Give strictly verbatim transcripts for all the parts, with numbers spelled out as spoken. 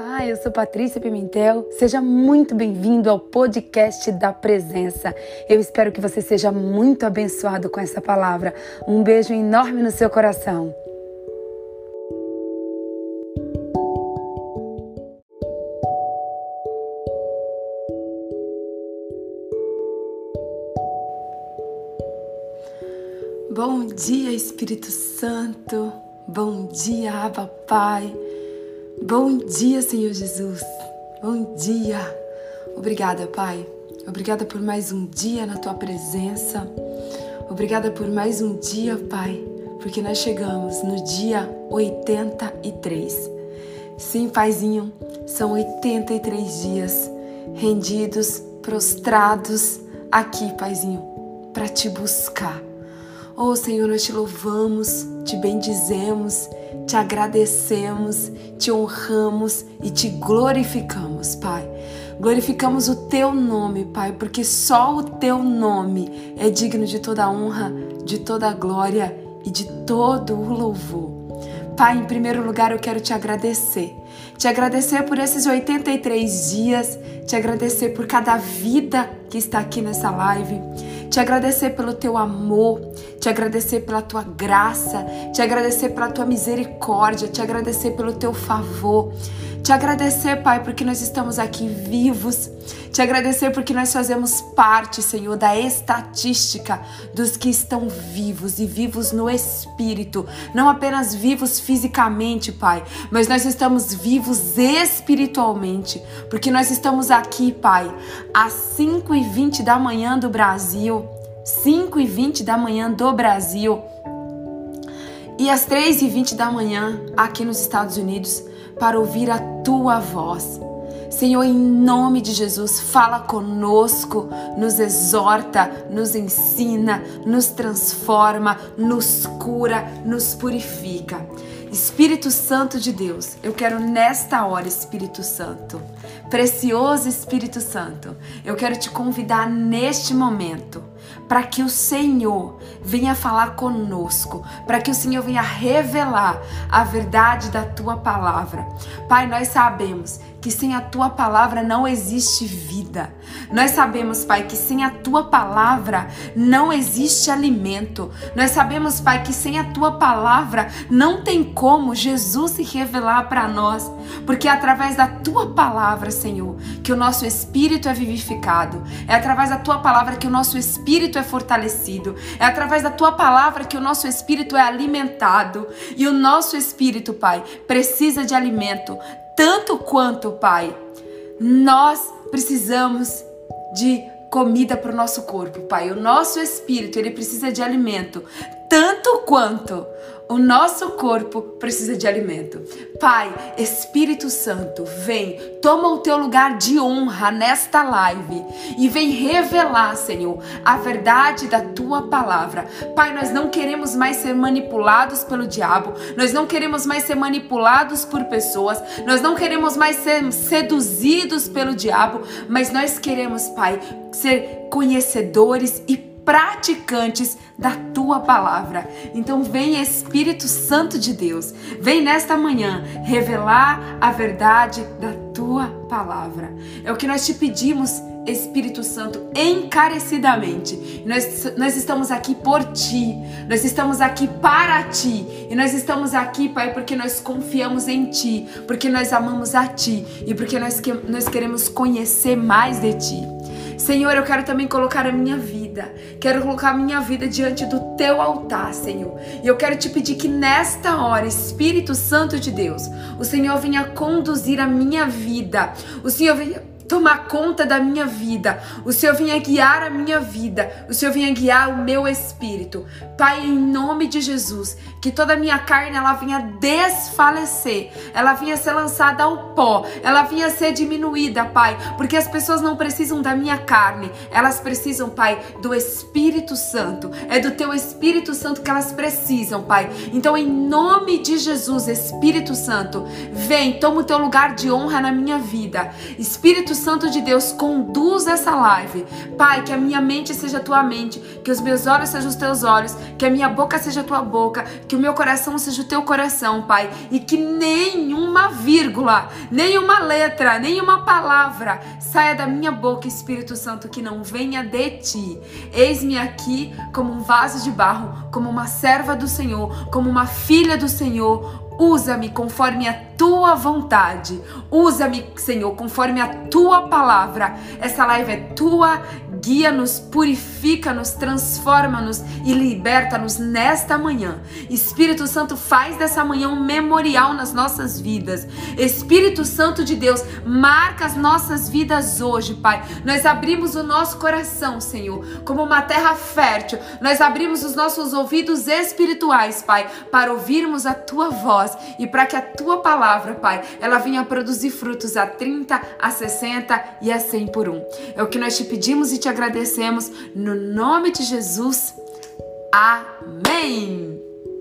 Olá, eu sou Patrícia Pimentel. Seja muito bem-vindo ao podcast da Presença. Eu espero que você seja muito abençoado com essa palavra. Um beijo enorme no seu coração. Bom dia, Espírito Santo. Bom dia, Abba Pai. Bom dia, Senhor Jesus. Bom dia. Obrigada, Pai. Obrigada por mais um dia na Tua presença. Obrigada por mais um dia, Pai, porque nós chegamos no dia oitenta e três. Sim, Paizinho, são oitenta e três dias rendidos, prostrados aqui, Paizinho, para Te buscar. Oh, Senhor, nós Te louvamos, Te bendizemos, Te agradecemos, Te honramos e Te glorificamos, Pai. Glorificamos o Teu nome, Pai, porque só o Teu nome é digno de toda a honra, de toda a glória e de todo o louvor. Pai, em primeiro lugar eu quero Te agradecer. Te agradecer por esses oitenta e três dias, Te agradecer por cada vida que está aqui nessa live, Te agradecer pelo Teu amor, Te agradecer pela Tua graça, Te agradecer pela Tua misericórdia, Te agradecer pelo Teu favor, Te agradecer, Pai, porque nós estamos aqui vivos, Te agradecer porque nós fazemos parte, Senhor, da estatística dos que estão vivos e vivos no Espírito, não apenas vivos fisicamente, Pai, mas nós estamos vivos espiritualmente, porque nós estamos aqui, Pai, às cinco e vinte da manhã do Brasil, cinco e vinte da manhã do Brasil e às três e vinte da manhã aqui nos Estados Unidos para ouvir a Tua voz. Senhor, em nome de Jesus, fala conosco, nos exorta, nos ensina, nos transforma, nos cura, nos purifica. Espírito Santo de Deus, eu quero nesta hora, Espírito Santo, precioso Espírito Santo, eu quero te convidar neste momento para que o Senhor venha falar conosco, para que o Senhor venha revelar a verdade da Tua palavra. Pai, nós sabemos que sem a Tua palavra não existe vida. Nós sabemos, Pai, que sem a Tua palavra não existe alimento. Nós sabemos, Pai, que sem a Tua palavra não tem como Jesus se revelar para nós, porque é através da Tua palavra, Senhor, que o nosso espírito é vivificado. É através da Tua palavra que o nosso espírito é fortalecido. É através da Tua palavra que o nosso espírito é alimentado. E o nosso espírito, Pai, precisa de alimento, tanto quanto, Pai, nós precisamos de comida para o nosso corpo, Pai. O nosso espírito, ele precisa de alimento, tanto quanto o nosso corpo precisa de alimento. Pai, Espírito Santo, vem, toma o Teu lugar de honra nesta live e vem revelar, Senhor, a verdade da Tua palavra. Pai, nós não queremos mais ser manipulados pelo diabo, nós não queremos mais ser manipulados por pessoas, nós não queremos mais ser seduzidos pelo diabo, mas nós queremos, Pai, ser conhecedores e praticantes da Tua palavra. Então vem, Espírito Santo de Deus, vem nesta manhã revelar a verdade da Tua palavra. É o que nós te pedimos, Espírito Santo, encarecidamente. Nós, nós estamos aqui por Ti, nós estamos aqui para Ti, e nós estamos aqui, Pai, porque nós confiamos em Ti, porque nós amamos a Ti e porque nós, que, nós queremos conhecer mais de Ti. Senhor, eu quero também colocar a minha vida, quero colocar a minha vida diante do Teu altar, Senhor. E eu quero te pedir que nesta hora, Espírito Santo de Deus, o Senhor venha conduzir a minha vida, o Senhor venha tomar conta da minha vida, o Senhor venha guiar a minha vida, o Senhor venha guiar o meu espírito. Pai, em nome de Jesus, que toda a minha carne ela venha desfalecer, ela venha ser lançada ao pó, ela venha ser diminuída, Pai, porque as pessoas não precisam da minha carne, elas precisam, Pai, do Espírito Santo, é do Teu Espírito Santo que elas precisam, Pai. Então, em nome de Jesus, Espírito Santo, vem, toma o Teu lugar de honra na minha vida. Espírito Santo de Deus, conduz essa live. Pai, que a minha mente seja a tua mente, que os meus olhos sejam os teus olhos, que a minha boca seja a tua boca, que o meu coração seja o teu coração, Pai, e que nenhuma vírgula, nenhuma letra, nenhuma palavra saia da minha boca, Espírito Santo, que não venha de ti. Eis-me aqui como um vaso de barro, como uma serva do Senhor, como uma filha do Senhor. Usa-me conforme a tua vontade. Usa-me, Senhor, conforme a tua palavra. Essa live é tua. Guia-nos, purifica-nos, transforma-nos e liberta-nos nesta manhã. Espírito Santo, faz dessa manhã um memorial nas nossas vidas. Espírito Santo de Deus, marca as nossas vidas hoje, Pai. Nós abrimos o nosso coração, Senhor, como uma terra fértil. Nós abrimos os nossos ouvidos espirituais, Pai, para ouvirmos a tua voz e para que a tua palavra, Pai, ela venha produzir frutos a trinta, a sessenta e a cem por um. É o que nós te pedimos e te agradecemos no nome de Jesus. Amém.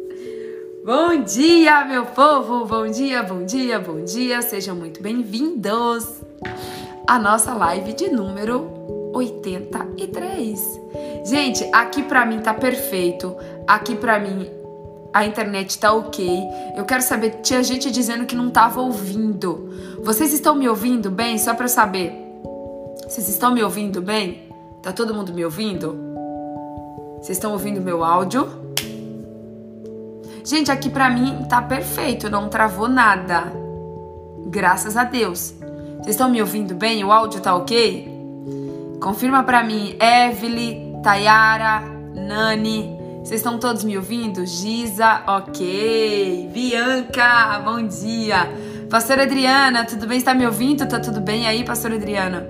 Bom dia, meu povo. Bom dia, bom dia, bom dia. Sejam muito bem-vindos à nossa live de número oitenta e três. Gente, aqui pra mim tá perfeito. Aqui pra mim a internet tá ok. Eu quero saber, tinha gente dizendo que não tava ouvindo. Vocês estão me ouvindo bem? Só pra eu saber. Vocês estão me ouvindo bem? Tá todo mundo me ouvindo? Vocês estão ouvindo meu áudio? Gente, aqui pra mim tá perfeito, não travou nada. Graças a Deus. Vocês estão me ouvindo bem? O áudio tá ok? Confirma pra mim, Evelyn, Tayara, Nani. Vocês estão todos me ouvindo? Giza, ok. Bianca, bom dia. Pastora Adriana, tudo bem? Você tá me ouvindo? Tá tudo bem aí, Pastora Adriana?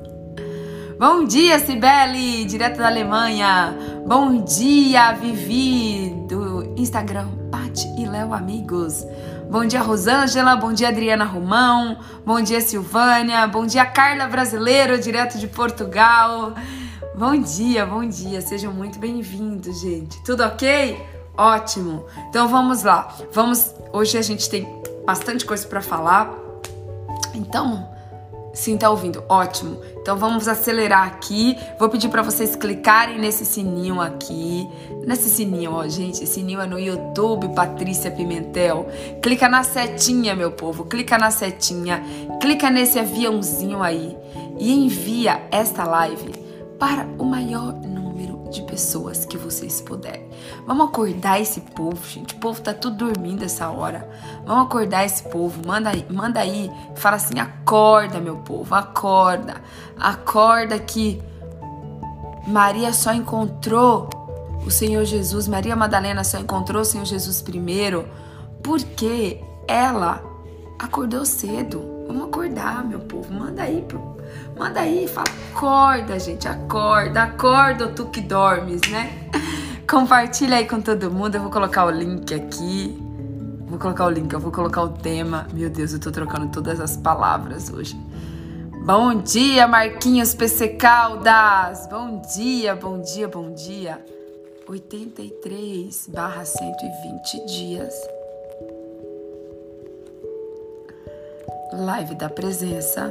Bom dia, Cibele, direto da Alemanha. Bom dia, Vivi, do Instagram, Paty e Léo Amigos. Bom dia, Rosângela. Bom dia, Adriana Romão. Bom dia, Silvânia. Bom dia, Carla Brasileiro, direto de Portugal. Bom dia, bom dia. Sejam muito bem-vindos, gente. Tudo ok? Ótimo. Então vamos lá. Vamos. Hoje a gente tem bastante coisa para falar. Então, sim, tá ouvindo? Ótimo. Então vamos acelerar aqui. Vou pedir para vocês clicarem nesse sininho aqui. Nesse sininho, ó, gente. Esse sininho é no YouTube, Patrícia Pimentel. Clica na setinha, meu povo. Clica na setinha. Clica nesse aviãozinho aí. E envia esta live para o maior número de pessoas que vocês puderem. Vamos acordar esse povo, gente. O povo tá tudo dormindo essa hora. Vamos acordar esse povo. Manda aí, manda aí. Fala assim, acorda, meu povo, acorda. Acorda que Maria só encontrou o Senhor Jesus. Maria Madalena só encontrou o Senhor Jesus primeiro porque ela acordou cedo. Vamos acordar, meu povo. Manda aí pro Manda aí, fala, acorda, gente, acorda, acorda, tu que dormes, né? Compartilha aí com todo mundo, eu vou colocar o link aqui, vou colocar o link, eu vou colocar o tema. Meu Deus, eu tô trocando todas as palavras hoje. Bom dia, Marquinhos P C Caldas, bom dia, bom dia, bom dia. oitenta e três barra cento e vinte dias. Live da presença.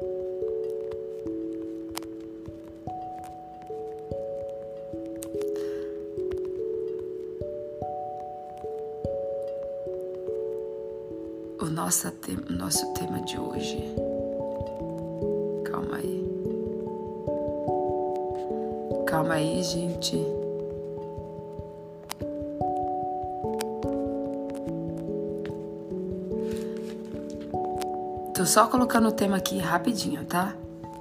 O nosso, te- nosso tema de hoje. Calma aí. Calma aí, gente. Tô só colocando o tema aqui rapidinho, tá?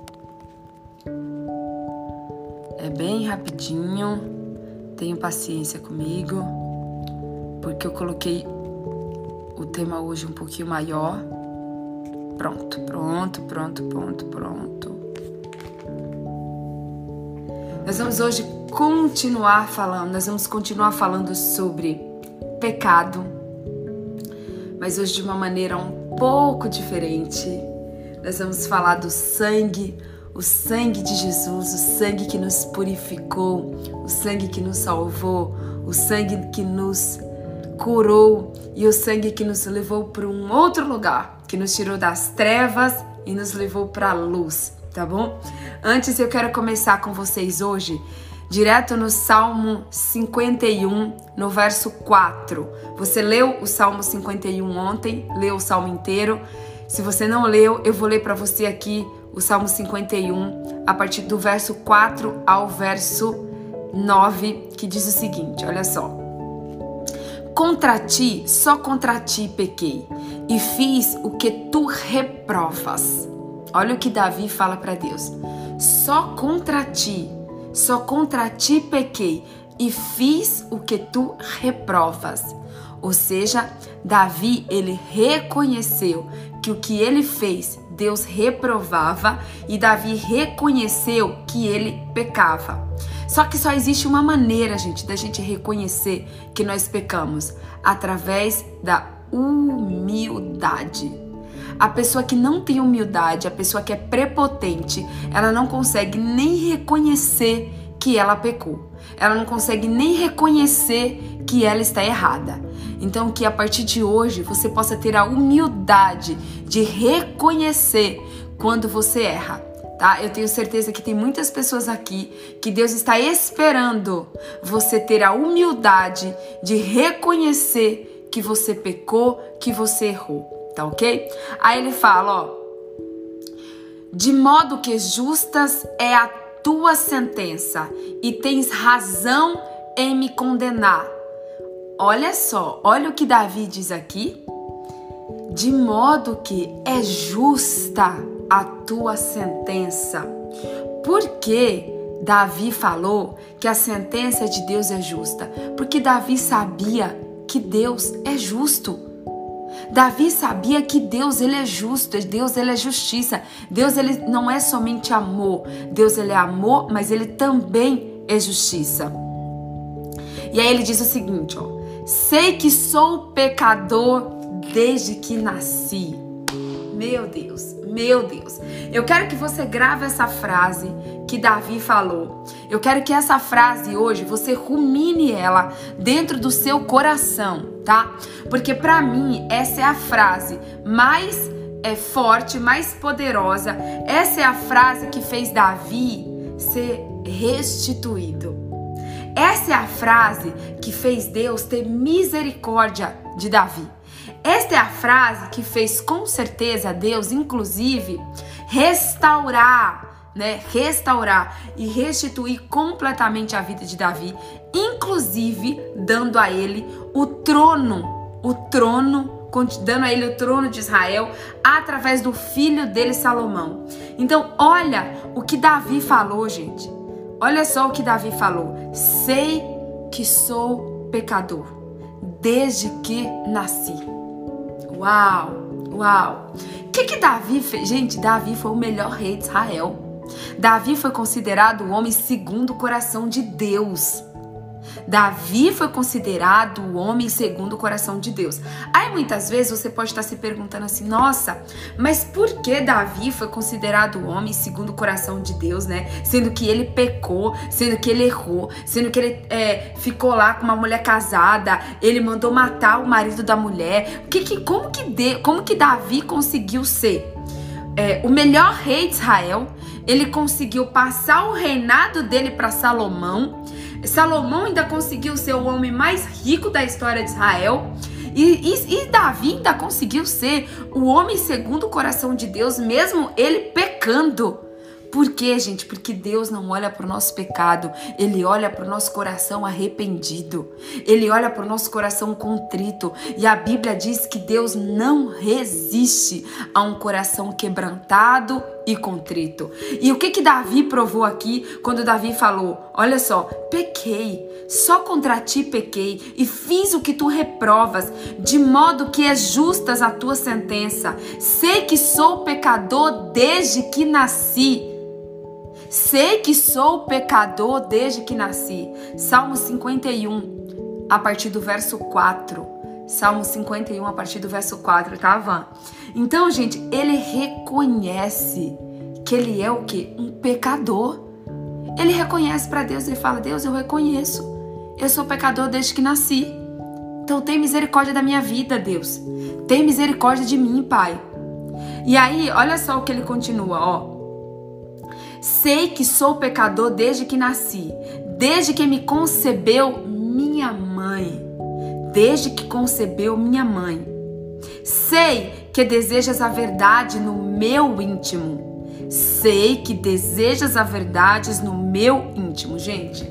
É bem rapidinho. Tenham paciência comigo, porque eu coloquei o tema hoje um pouquinho maior. Pronto, pronto, pronto, pronto, pronto. Nós vamos hoje continuar falando, nós vamos continuar falando sobre pecado, mas hoje de uma maneira um pouco diferente. Nós vamos falar do sangue, o sangue de Jesus, o sangue que nos purificou, o sangue que nos salvou, o sangue que nos curou e o sangue que nos levou para um outro lugar, que nos tirou das trevas e nos levou para a luz, tá bom? Antes eu quero começar com vocês hoje, direto no Salmo cinquenta e um, no verso quatro. Você leu o Salmo cinquenta e um ontem, leu o Salmo inteiro. Se você não leu, eu vou ler para você aqui o Salmo cinquenta e um, a partir do verso quatro ao verso nove, que diz o seguinte, olha só. Contra ti, só contra ti pequei, e fiz o que tu reprovas. Olha o que Davi fala para Deus. Só contra ti, só contra ti pequei, e fiz o que tu reprovas. Ou seja, Davi, ele reconheceu que o que ele fez, Deus reprovava, e Davi reconheceu que ele pecava. Só que só existe uma maneira, gente, da gente reconhecer que nós pecamos, através da humildade. A pessoa que não tem humildade, a pessoa que é prepotente, ela não consegue nem reconhecer que ela pecou. Ela não consegue nem reconhecer que ela está errada. Então, que a partir de hoje você possa ter a humildade de reconhecer quando você erra, tá? Eu tenho certeza que tem muitas pessoas aqui que Deus está esperando você ter a humildade de reconhecer que você pecou, que você errou, tá ok? Aí ele fala, ó, de modo que justas é a tua sentença e tens razão em me condenar. Olha só, olha o que Davi diz aqui. De modo que é justa a tua sentença. Por que Davi falou que a sentença de Deus é justa? Porque Davi sabia que Deus é justo. Davi sabia que Deus, ele é justo, Deus, ele é justiça. Deus, ele não é somente amor. Deus, ele é amor, mas ele também é justiça. E aí ele diz o seguinte, ó. Sei que sou pecador desde que nasci. Meu Deus, meu Deus. Eu quero que você grave essa frase que Davi falou. Eu quero que essa frase hoje você rumine ela dentro do seu coração, tá? Porque para mim essa é a frase mais é, forte, mais poderosa. Essa é a frase que fez Davi ser restituído. Essa é a frase que fez Deus ter misericórdia de Davi. Esta é a frase que fez com certeza Deus, inclusive, restaurar, né? Restaurar e restituir completamente a vida de Davi, inclusive dando a ele o trono, o trono, dando a ele o trono de Israel através do filho dele, Salomão. Então, olha o que Davi falou, gente. Olha só o que Davi falou. Sei que sou pecador desde que nasci. Uau, uau. O que que Davi fez? Gente, Davi foi o melhor rei de Israel. Davi foi considerado o homem segundo o coração de Deus. Davi foi considerado o homem segundo o coração de Deus. Aí muitas vezes você pode estar se perguntando assim, nossa, mas por que Davi foi considerado o homem segundo o coração de Deus, né? Sendo que ele pecou, sendo que ele errou, sendo que ele é, ficou lá com uma mulher casada, ele mandou matar o marido da mulher. Que, que, como, que de, como que Davi conseguiu ser é, o melhor rei de Israel? Ele conseguiu passar o reinado dele para Salomão. Salomão ainda conseguiu ser o homem mais rico da história de Israel. E, e, e Davi ainda conseguiu ser o homem segundo o coração de Deus, mesmo ele pecando. Por quê, gente? Porque Deus não olha para o nosso pecado, Ele olha para o nosso coração arrependido, Ele olha para o nosso coração contrito. E a Bíblia diz que Deus não resiste a um coração quebrantado e contrito. E o que que Davi provou aqui quando Davi falou, olha só, pequei, só contra ti pequei e fiz o que tu reprovas, de modo que é justas a tua sentença. Sei que sou pecador desde que nasci. Sei que sou pecador desde que nasci. Salmo cinquenta e um, a partir do verso quatro. Salmo cinquenta e um, a partir do verso quatro, tá, Van? Então, gente, ele reconhece que ele é o quê? Um pecador. Ele reconhece para Deus, ele fala, Deus, eu reconheço. Eu sou pecador desde que nasci. Então, tem misericórdia da minha vida, Deus. Tem misericórdia de mim, Pai. E aí, olha só o que ele continua, ó. Sei que sou pecador desde que nasci, desde que me concebeu minha mãe. Desde que concebeu minha mãe. Sei que desejas a verdade no meu íntimo. Sei que desejas a verdade no meu íntimo. Gente,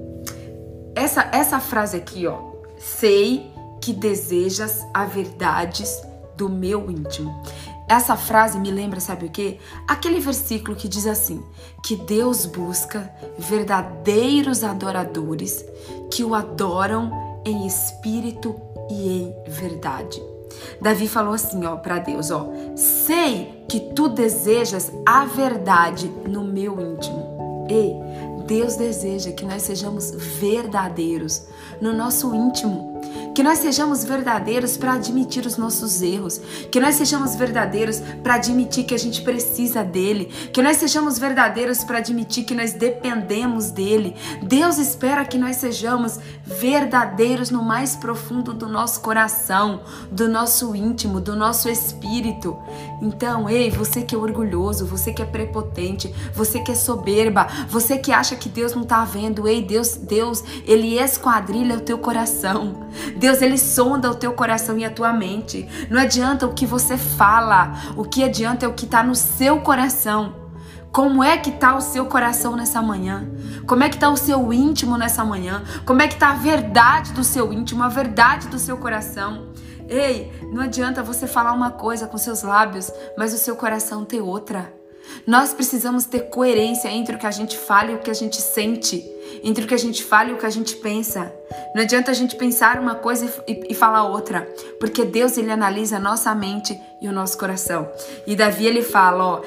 essa, essa frase aqui, ó. Sei que desejas a verdade do meu íntimo. Essa frase me lembra, sabe o quê? Aquele versículo que diz assim, que Deus busca verdadeiros adoradores que o adoram em espírito e em verdade. Davi falou assim, ó, para Deus, ó, sei que tu desejas a verdade no meu íntimo. Ei, Deus deseja que nós sejamos verdadeiros no nosso íntimo, que nós sejamos verdadeiros para admitir os nossos erros, que nós sejamos verdadeiros para admitir que a gente precisa dele, que nós sejamos verdadeiros para admitir que nós dependemos dele. Deus espera que nós sejamos verdadeiros no mais profundo do nosso coração, do nosso íntimo, do nosso espírito. Então, ei, você que é orgulhoso, você que é prepotente, você que é soberba, você que acha que Deus não está vendo, ei, Deus, Deus, ele esquadrilha o teu coração. Deus, ele sonda o teu coração e a tua mente. Não adianta o que você fala, o que adianta é o que está no seu coração. Como é que está o seu coração nessa manhã? Como é que está o seu íntimo nessa manhã? Como é que está a verdade do seu íntimo, a verdade do seu coração? Ei, não adianta você falar uma coisa com seus lábios, mas o seu coração ter outra. Nós precisamos ter coerência entre o que a gente fala e o que a gente sente, entre o que a gente fala e o que a gente pensa. Não adianta a gente pensar uma coisa e, e, e falar outra, porque Deus, ele analisa a nossa mente e o nosso coração. E Davi, ele fala, ó,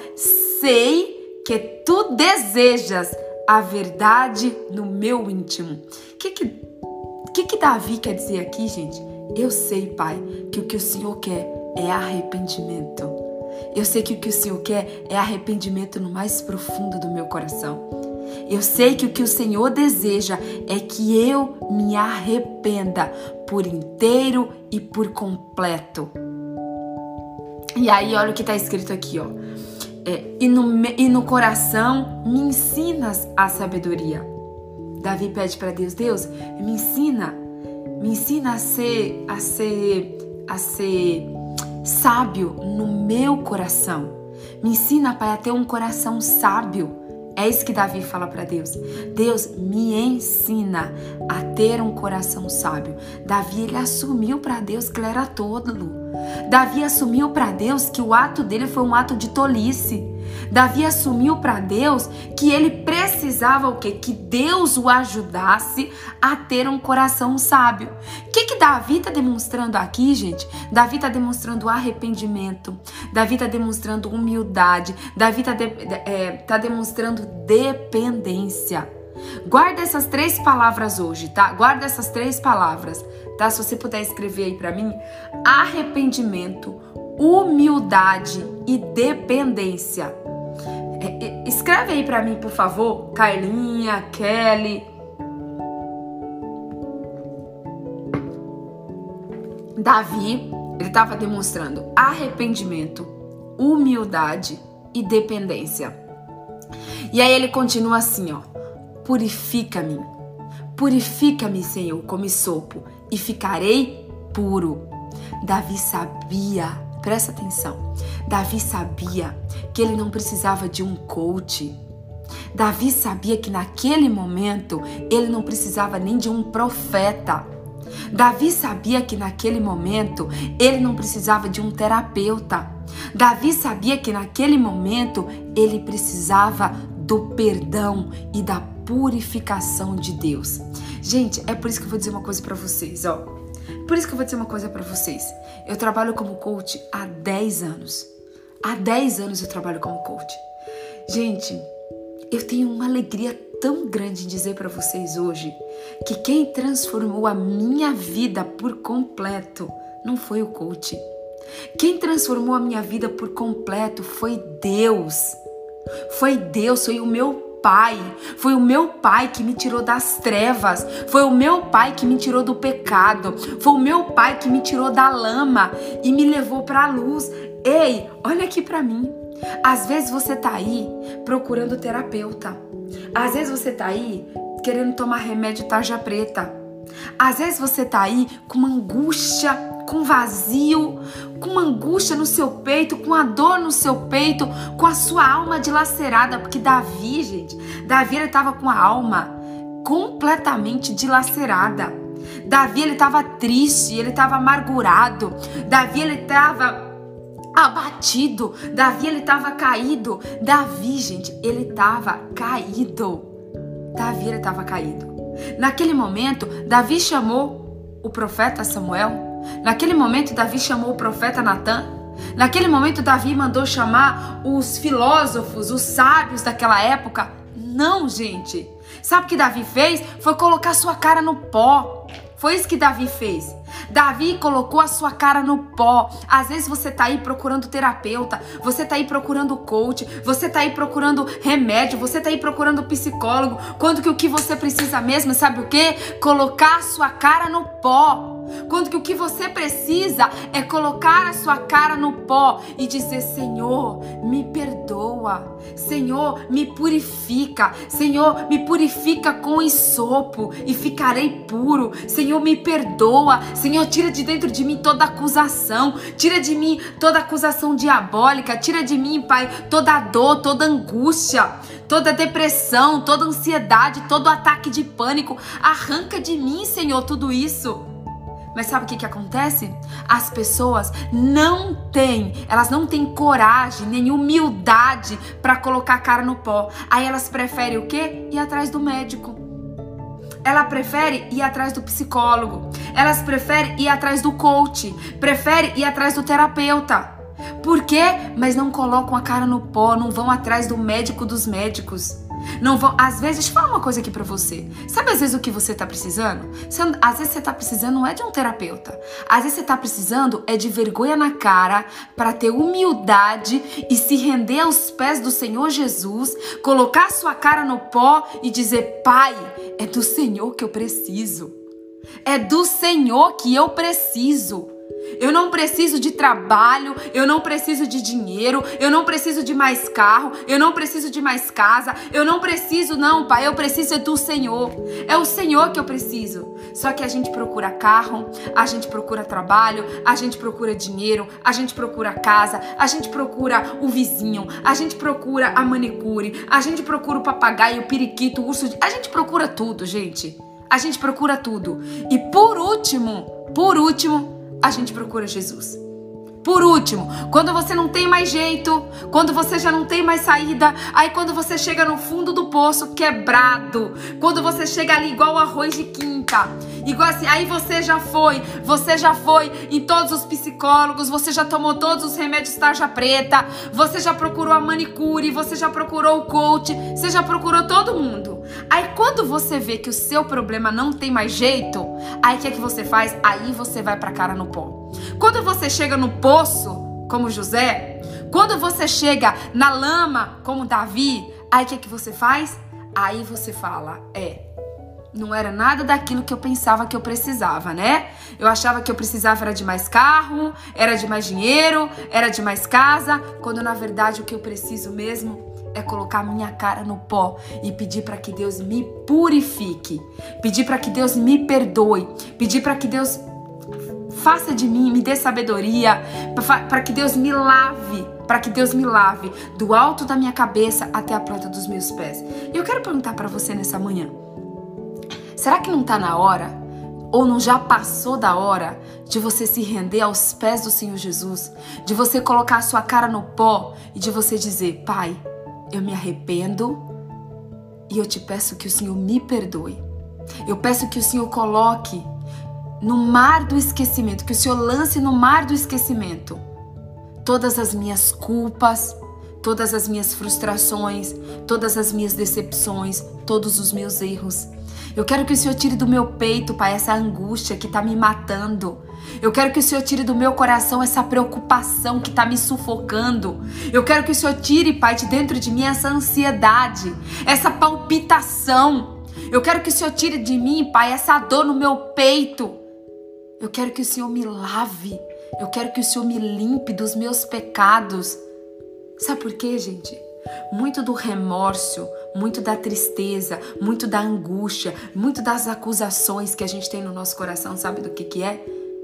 sei que tu desejas a verdade no meu íntimo. O que que, que que Davi quer dizer aqui, gente? Eu sei, Pai, que o que o Senhor quer é arrependimento. Eu sei que o que o Senhor quer é arrependimento no mais profundo do meu coração. Eu sei que o que o Senhor deseja é que eu me arrependa por inteiro e por completo. E aí, olha o que está escrito aqui, ó. É, e, no, e no coração me ensinas a sabedoria. Davi pede para Deus, Deus, me ensina, me ensina a ser, a ser, a ser sábio no meu coração. Me ensina, Pai, a ter um coração sábio. É isso que Davi fala para Deus. Deus, me ensina a ter um coração sábio. Davi, ele assumiu para Deus que ele era tolo. Davi assumiu para Deus que o ato dele foi um ato de tolice. Davi assumiu para Deus que ele precisava o quê? Que Deus o ajudasse a ter um coração sábio. O que que Davi está demonstrando aqui, gente? Davi está demonstrando arrependimento. Davi está demonstrando humildade. Davi está de, é, tá demonstrando dependência. Guarda essas três palavras hoje, tá? Guarda essas três palavras, tá? Se você puder escrever aí para mim, arrependimento, humildade e dependência. É, é, escreve aí para mim, por favor, Carlinha, Kelly. Davi, ele estava demonstrando arrependimento, humildade e dependência. E aí ele continua assim, ó. Purifica-me, purifica-me, Senhor, como sopo, e ficarei puro. Davi sabia, presta atenção, Davi sabia que ele não precisava de um coach. Davi sabia que naquele momento ele não precisava nem de um profeta. Davi sabia que naquele momento ele não precisava de um terapeuta. Davi sabia que naquele momento ele precisava do perdão e da purificação de Deus. Gente, é por isso que eu vou dizer uma coisa pra vocês, ó. Por isso que eu vou dizer uma coisa pra vocês. Eu trabalho como coach há dez anos. Há dez anos eu trabalho como coach. Gente, eu tenho uma alegria tão grande em dizer pra vocês hoje que quem transformou a minha vida por completo não foi o coach. Quem transformou a minha vida por completo foi Deus. Foi Deus, foi o meu Pai, foi o meu Pai que me tirou das trevas, foi o meu Pai que me tirou do pecado, foi o meu Pai que me tirou da lama e me levou para a luz. Ei, olha aqui pra mim. Às vezes você tá aí procurando terapeuta. Às vezes você tá aí querendo tomar remédio tarja preta. Às vezes você tá aí com uma angústia, com vazio, com uma angústia no seu peito, com a dor no seu peito, com a sua alma dilacerada. Porque Davi, gente, Davi ele tava com a alma completamente dilacerada. Davi ele tava triste, ele tava amargurado. Davi ele tava abatido. Davi ele tava caído. Davi, gente, ele tava caído. Davi ele tava caído. Naquele momento, Davi chamou o profeta Samuel. Naquele momento, Davi chamou o profeta Natã. Naquele momento, Davi mandou chamar os filósofos, os sábios daquela época. Não, gente. Sabe o que Davi fez? Foi colocar sua cara no pó. Foi isso que Davi fez. Davi colocou a sua cara no pó. Às vezes você tá aí procurando terapeuta, você tá aí procurando coach, você tá aí procurando remédio, você tá aí procurando psicólogo, quando que o que você precisa mesmo, sabe o quê? Colocar a sua cara no pó. Quando que o que você precisa é colocar a sua cara no pó e dizer: Senhor, me perdoa. Senhor, me purifica. Senhor, me purifica com hisopo e ficarei puro. Senhor, me perdoa. Senhor, tira de dentro de mim toda acusação. Tira de mim toda acusação diabólica. Tira de mim, Pai, toda dor, toda angústia, toda depressão, toda ansiedade, todo ataque de pânico. Arranca de mim, Senhor, tudo isso. Mas sabe o que que acontece? As pessoas não têm, elas não têm coragem, nem humildade para colocar a cara no pó. Aí elas preferem o quê? Ir atrás do médico. Ela prefere ir atrás do psicólogo. Elas preferem ir atrás do coach. Prefere ir atrás do terapeuta. Por quê? Mas não colocam a cara no pó, não vão atrás do médico dos médicos. Não vão, às vezes, deixa eu falar uma coisa aqui pra você. Sabe às vezes o que você tá precisando? Você, às vezes você tá precisando não é de um terapeuta. Às vezes você tá precisando é de vergonha na cara para ter humildade e se render aos pés do Senhor Jesus, colocar a sua cara no pó e dizer: Pai, é do Senhor que eu preciso. É do Senhor que eu preciso. Eu não preciso de trabalho, eu não preciso de dinheiro, eu não preciso de mais carro, eu não preciso de mais casa, eu não preciso não, Pai, eu preciso do Senhor. É o Senhor que eu preciso. Só que a gente procura carro, a gente procura trabalho, a gente procura dinheiro, a gente procura casa, a gente procura o vizinho, a gente procura a manicure, a gente procura o papagaio, o periquito, o urso, a gente procura tudo, gente. A gente procura tudo. E por último, por último, a gente procura Jesus. Por último, quando você não tem mais jeito, quando você já não tem mais saída, aí quando você chega no fundo do poço quebrado, quando você chega ali igual arroz de quinta, igual assim, aí você já foi, você já foi em todos os psicólogos, você já tomou todos os remédios tarja preta, você já procurou a manicure, você já procurou o coach, você já procurou todo mundo. Aí quando você vê que o seu problema não tem mais jeito, aí o que é que você faz? Aí você vai pra cara no pó. Quando você chega no poço, como José, quando você chega na lama, como Davi, aí o que é que você faz? Aí você fala: é, não era nada daquilo que eu pensava que eu precisava, né? Eu achava que eu precisava era de mais carro, era de mais dinheiro, era de mais casa, quando na verdade o que eu preciso mesmo é colocar minha cara no pó e pedir para que Deus me purifique, pedir para que Deus me perdoe, pedir para que Deus faça de mim, me dê sabedoria, para que Deus me lave, para que Deus me lave do alto da minha cabeça até a planta dos meus pés. E eu quero perguntar para você nessa manhã: será que não está na hora, ou não já passou da hora, de você se render aos pés do Senhor Jesus, de você colocar a sua cara no pó e de você dizer: Pai, eu me arrependo e eu te peço que o Senhor me perdoe. Eu peço que o Senhor coloque no mar do esquecimento, que o Senhor lance no mar do esquecimento todas as minhas culpas, todas as minhas frustrações, todas as minhas decepções, todos os meus erros. Eu quero que o Senhor tire do meu peito, Pai, essa angústia que está me matando. Eu quero que o Senhor tire do meu coração essa preocupação que está me sufocando. Eu quero que o Senhor tire, Pai, de dentro de mim essa ansiedade, essa palpitação. Eu quero que o Senhor tire de mim, Pai, essa dor no meu peito. Eu quero que o Senhor me lave, Eu quero que o Senhor me limpe dos meus pecados. Sabe por quê, gente? Muito do remorso, muito da tristeza, muito da angústia, muito das acusações que a gente tem no nosso coração, sabe do que que é?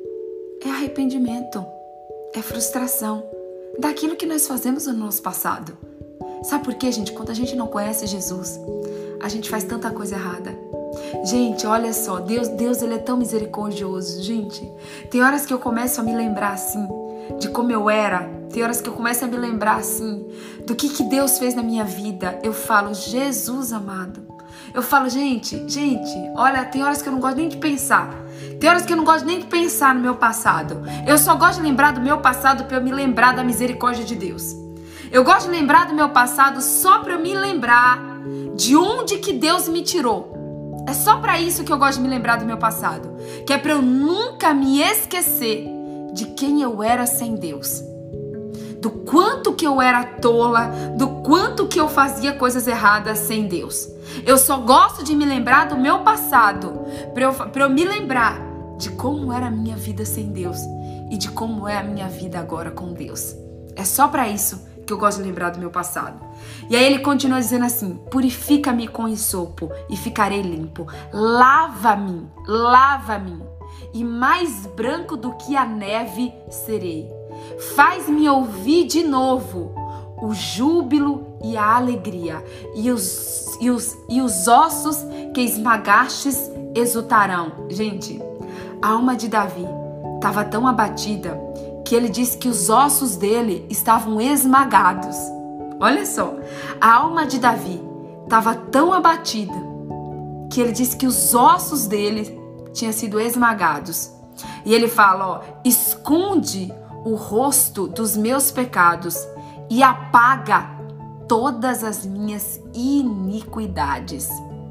É arrependimento, é frustração daquilo que nós fazemos no nosso passado. Sabe por quê, gente? Quando a gente não conhece Jesus, a gente faz tanta coisa errada. Gente, olha só, Deus, Deus ele é tão misericordioso, gente. Tem horas que eu começo a me lembrar assim, de como eu era. Tem horas que eu começo a me lembrar assim, do que, que Deus fez na minha vida. Eu falo, Jesus amado. Eu falo, gente, gente, olha, tem horas que eu não gosto nem de pensar. Tem horas que eu não gosto nem de pensar no meu passado. Eu só gosto de lembrar do meu passado para eu me lembrar da misericórdia de Deus. Eu gosto de lembrar do meu passado só para eu me lembrar de onde que Deus me tirou. É só para isso que eu gosto de me lembrar do meu passado. Que é para eu nunca me esquecer de quem eu era sem Deus. Do quanto que eu era tola, do quanto que eu fazia coisas erradas sem Deus. Eu só gosto de me lembrar do meu passado, para eu, para eu me lembrar de como era a minha vida sem Deus e de como é a minha vida agora com Deus. É só para isso que eu gosto de lembrar do meu passado. E aí ele continua dizendo assim: purifica-me com esopo e ficarei limpo. Lava-me, lava-me, e mais branco do que a neve serei. Faz-me ouvir de novo o júbilo e a alegria, e os, e os, e os ossos que esmagastes exultarão. Gente, a alma de Davi estava tão abatida que ele disse que os ossos dele estavam esmagados. Olha só, a alma de Davi estava tão abatida que ele disse que os ossos dele tinham sido esmagados. E ele fala, ó, esconde o rosto dos meus pecados e apaga todas as minhas iniquidades.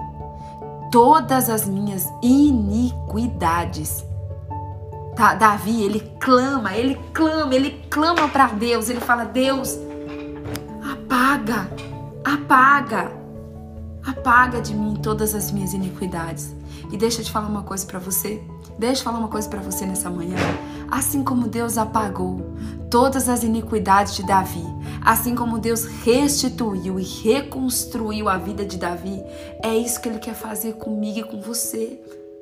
Todas as minhas iniquidades. Tá, Davi, ele clama, ele clama, ele clama para Deus. Ele fala, Deus, apaga, apaga, apaga de mim todas as minhas iniquidades. E deixa eu te falar uma coisa para você. Deixa eu falar uma coisa para você nessa manhã. Assim como Deus apagou todas as iniquidades de Davi, assim como Deus restituiu e reconstruiu a vida de Davi, é isso que Ele quer fazer comigo e com você.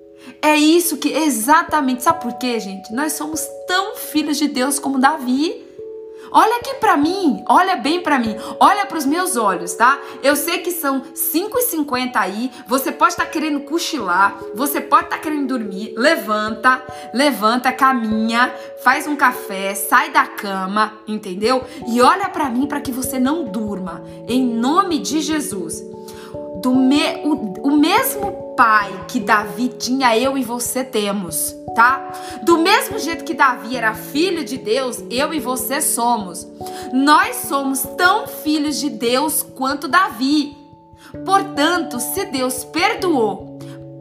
É isso que exatamente, sabe por quê, gente? Nós somos tão filhos de Deus como Davi. Olha aqui pra mim, olha bem pra mim, olha pros meus olhos, tá? Eu sei que são cinco e cinquenta aí, você pode estar querendo cochilar, você pode estar querendo dormir, levanta, levanta, caminha, faz um café, sai da cama, entendeu? E olha pra mim pra que você não durma, em nome de Jesus. Do me, o, o mesmo pai que Davi tinha, eu e você temos, tá? Do mesmo jeito que Davi era filho de Deus, eu e você somos. Nós somos tão filhos de Deus quanto Davi. Portanto, se Deus perdoou,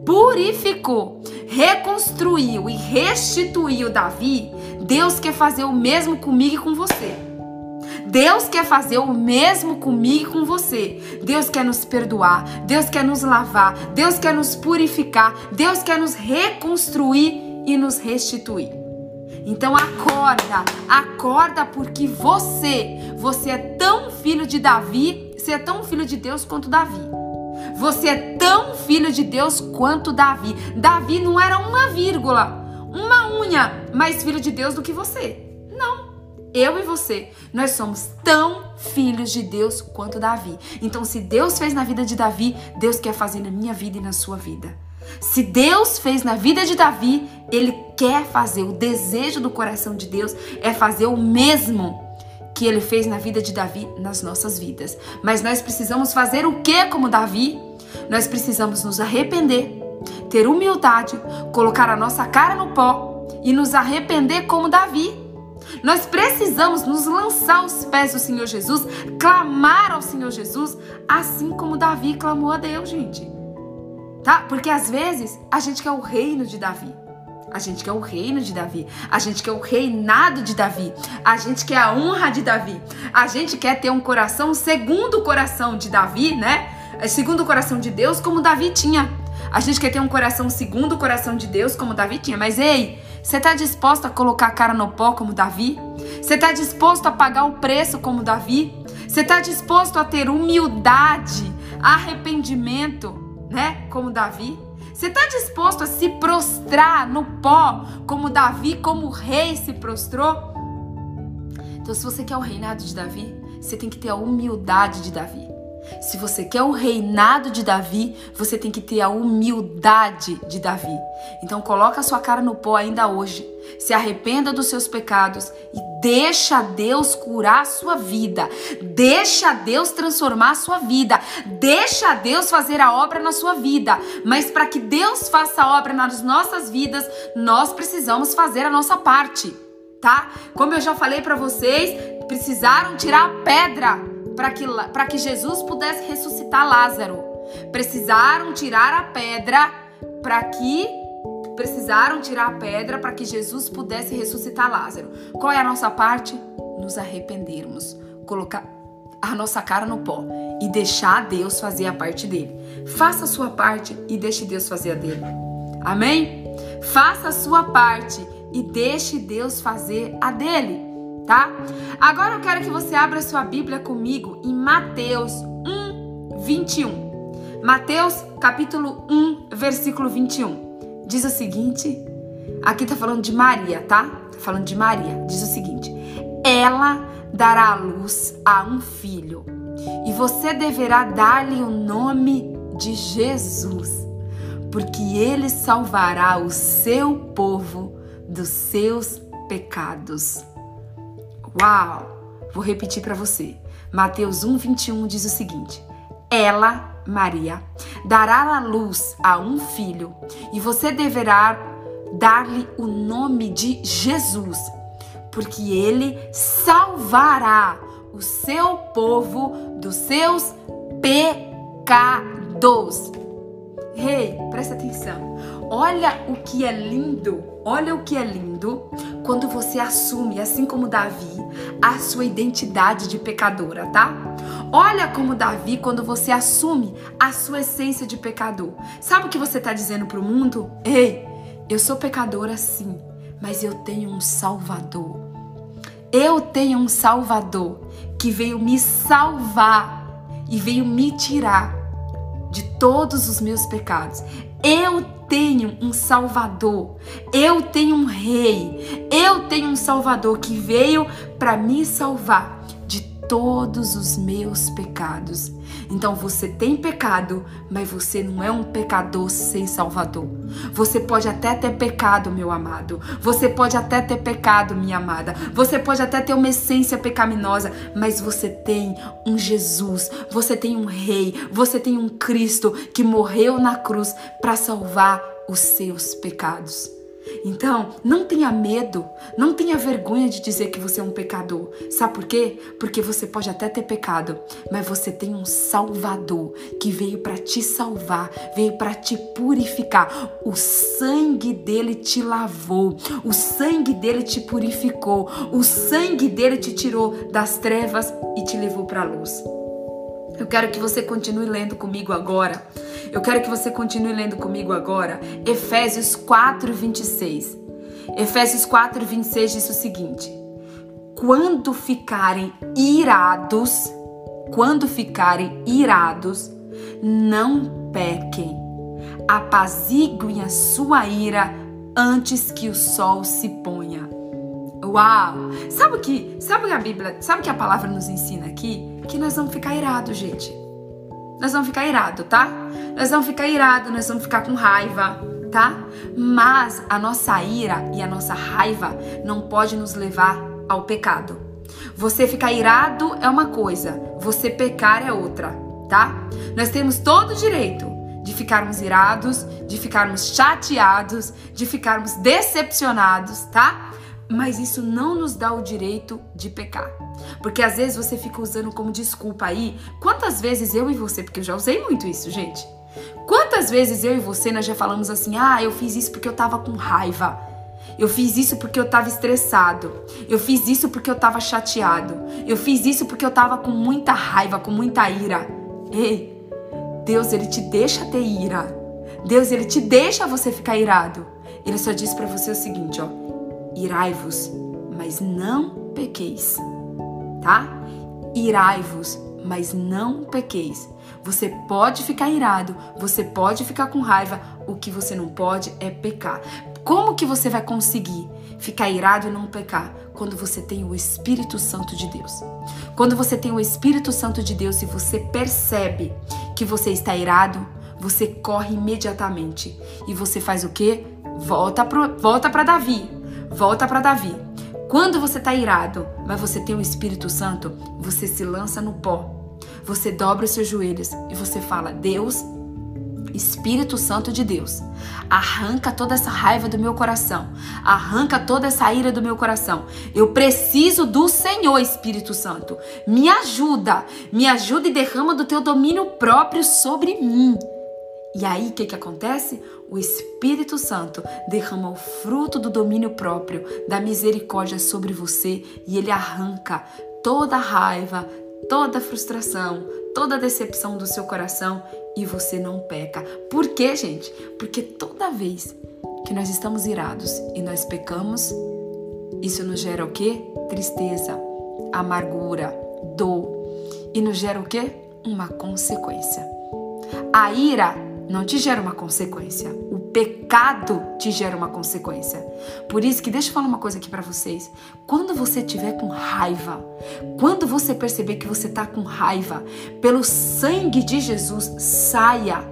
purificou, reconstruiu e restituiu Davi, Deus quer fazer o mesmo comigo e com você. Deus quer fazer o mesmo comigo e com você. Deus quer nos perdoar, Deus quer nos lavar, Deus quer nos purificar, Deus quer nos reconstruir e nos restituir. Então acorda, acorda porque você, você é tão filho de Davi, você é tão filho de Deus quanto Davi. Você é tão filho de Deus quanto Davi. Davi não era uma vírgula, uma unha mais filho de Deus do que você. Não. Eu e você, nós somos tão filhos de Deus quanto Davi. Então, se Deus fez na vida de Davi, Deus quer fazer na minha vida e na sua vida. Se Deus fez na vida de Davi, Ele quer fazer. O desejo do coração de Deus é fazer o mesmo que Ele fez na vida de Davi nas nossas vidas. Mas nós precisamos fazer o que como Davi? Nós precisamos nos arrepender, ter humildade, colocar a nossa cara no pó e nos arrepender como Davi. Nós precisamos nos lançar aos pés do Senhor Jesus, clamar ao Senhor Jesus, assim como Davi clamou a Deus, gente. Tá? Porque às vezes a gente quer o reino de Davi. A gente quer o reino de Davi. A gente quer o reinado de Davi. A gente quer a honra de Davi. A gente quer ter um coração segundo o coração de Davi, né? Segundo o coração de Deus, como Davi tinha. A gente quer ter um coração segundo o coração de Deus, como Davi tinha. Mas ei, Você está disposto a colocar a cara no pó como Davi? Você está disposto a pagar o preço como Davi? Você está disposto a ter humildade, arrependimento, né? Como Davi? Você está disposto a se prostrar no pó como Davi, como o rei se prostrou? Então, se você quer o reinado de Davi, você tem que ter a humildade de Davi. Se você quer o reinado de Davi, você tem que ter a humildade de Davi. Então coloca a sua cara no pó ainda hoje. Se arrependa dos seus pecados e deixa Deus curar a sua vida. Deixa Deus transformar a sua vida. Deixa Deus fazer a obra na sua vida. Mas para que Deus faça a obra nas nossas vidas, nós precisamos fazer a nossa parte, tá? Como eu já falei para vocês, precisaram tirar a pedra para que, para que Jesus pudesse ressuscitar Lázaro. Precisaram tirar a pedra para que precisaram tirar a pedra para que Jesus pudesse ressuscitar Lázaro. Qual é a nossa parte? Nos arrependermos, colocar a nossa cara no pó e deixar Deus fazer a parte dele. Faça a sua parte e deixe Deus fazer a dele. Amém? Faça a sua parte e deixe Deus fazer a dele. Tá? Agora eu quero que você abra sua Bíblia comigo em Mateus um, vinte e um. Mateus capítulo um, versículo vinte e um. Diz o seguinte, aqui tá falando de Maria, tá? Tá falando de Maria. Diz o seguinte: ela dará à luz a um filho e você deverá dar-lhe o nome de Jesus, porque ele salvará o seu povo dos seus pecados. Uau! Vou repetir para você. Mateus um, vinte e um diz o seguinte: ela, Maria, dará à luz a um filho e você deverá dar-lhe o nome de Jesus, porque ele salvará o seu povo dos seus pecados. Ei, presta atenção. Olha o que é lindo, olha o que é lindo quando você assume, assim como Davi, a sua identidade de pecadora, tá? Olha como Davi, quando você assume a sua essência de pecador. Sabe o que você está dizendo para o mundo? Ei, eu sou pecadora sim, mas eu tenho um Salvador. Eu tenho um Salvador que veio me salvar e veio me tirar de todos os meus pecados. Eu tenho um Salvador, eu tenho um Rei, eu tenho um Salvador que veio para me salvar de todos os meus pecados. Então você tem pecado, mas você não é um pecador sem Salvador. Você pode até ter pecado, meu amado. Você pode até ter pecado, minha amada. Você pode até ter uma essência pecaminosa, mas você tem um Jesus, você tem um Rei, você tem um Cristo que morreu na cruz para salvar os seus pecados. Então, não tenha medo, não tenha vergonha de dizer que você é um pecador. Sabe por quê? Porque você pode até ter pecado, mas você tem um Salvador que veio para te salvar, veio para te purificar. O sangue dele te lavou, o sangue dele te purificou, o sangue dele te tirou das trevas e te levou para a luz. Eu quero que você continue lendo comigo agora. Eu quero que você continue lendo comigo agora Efésios quatro, vinte e seis. Efésios quatro, vinte e seis diz o seguinte: quando ficarem irados, quando ficarem irados, não pequem. Apaziguem a sua ira antes que o sol se ponha. Uau! Sabe o que, sabe que a Bíblia, sabe o que a palavra nos ensina aqui? Que nós vamos ficar irados, gente. Nós vamos ficar irados, tá? Nós vamos ficar irados, nós vamos ficar com raiva, tá? Mas a nossa ira e a nossa raiva não pode nos levar ao pecado. Você ficar irado é uma coisa, você pecar é outra, tá? Nós temos todo o direito de ficarmos irados, de ficarmos chateados, de ficarmos decepcionados, tá? Mas isso não nos dá o direito de pecar. Porque às vezes você fica usando como desculpa aí. Quantas vezes eu e você, porque eu já usei muito isso, gente. Quantas vezes eu e você nós já falamos assim: ah, eu fiz isso porque eu tava com raiva. Eu fiz isso porque eu tava estressado. Eu fiz isso porque eu tava chateado. Eu fiz isso porque eu tava com muita raiva, com muita ira. Ei, Deus, ele te deixa ter ira. Deus, ele te deixa você ficar irado. Ele só diz para você o seguinte, ó. Irai-vos, mas não pequeis, tá? Irai-vos, mas não pequeis. Você pode ficar irado, você pode ficar com raiva, o que você não pode é pecar. Como que você vai conseguir ficar irado e não pecar? Quando você tem o Espírito Santo de Deus. Quando você tem o Espírito Santo de Deus e você percebe que você está irado, você corre imediatamente. E você faz o quê? Volta pro, volta para Davi. Volta para Davi. Quando você está irado, mas você tem o Espírito Santo, você se lança no pó. Você dobra os seus joelhos e você fala, Deus, Espírito Santo de Deus, arranca toda essa raiva do meu coração, arranca toda essa ira do meu coração. Eu preciso do Senhor, Espírito Santo. Me ajuda, me ajuda e derrama do teu domínio próprio sobre mim. E aí, o que que acontece? O Espírito Santo derrama o fruto do domínio próprio, da misericórdia sobre você e ele arranca toda a raiva, toda a frustração, toda a decepção do seu coração e você não peca. Por quê, gente? Porque toda vez que nós estamos irados e nós pecamos, isso nos gera o quê? Tristeza, amargura, dor. E nos gera o quê? Uma consequência. A ira não te gera uma consequência. O pecado te gera uma consequência. Por isso que deixa eu falar uma coisa aqui pra vocês. Quando você estiver com raiva, quando você perceber que você tá com raiva, pelo sangue de Jesus, saia.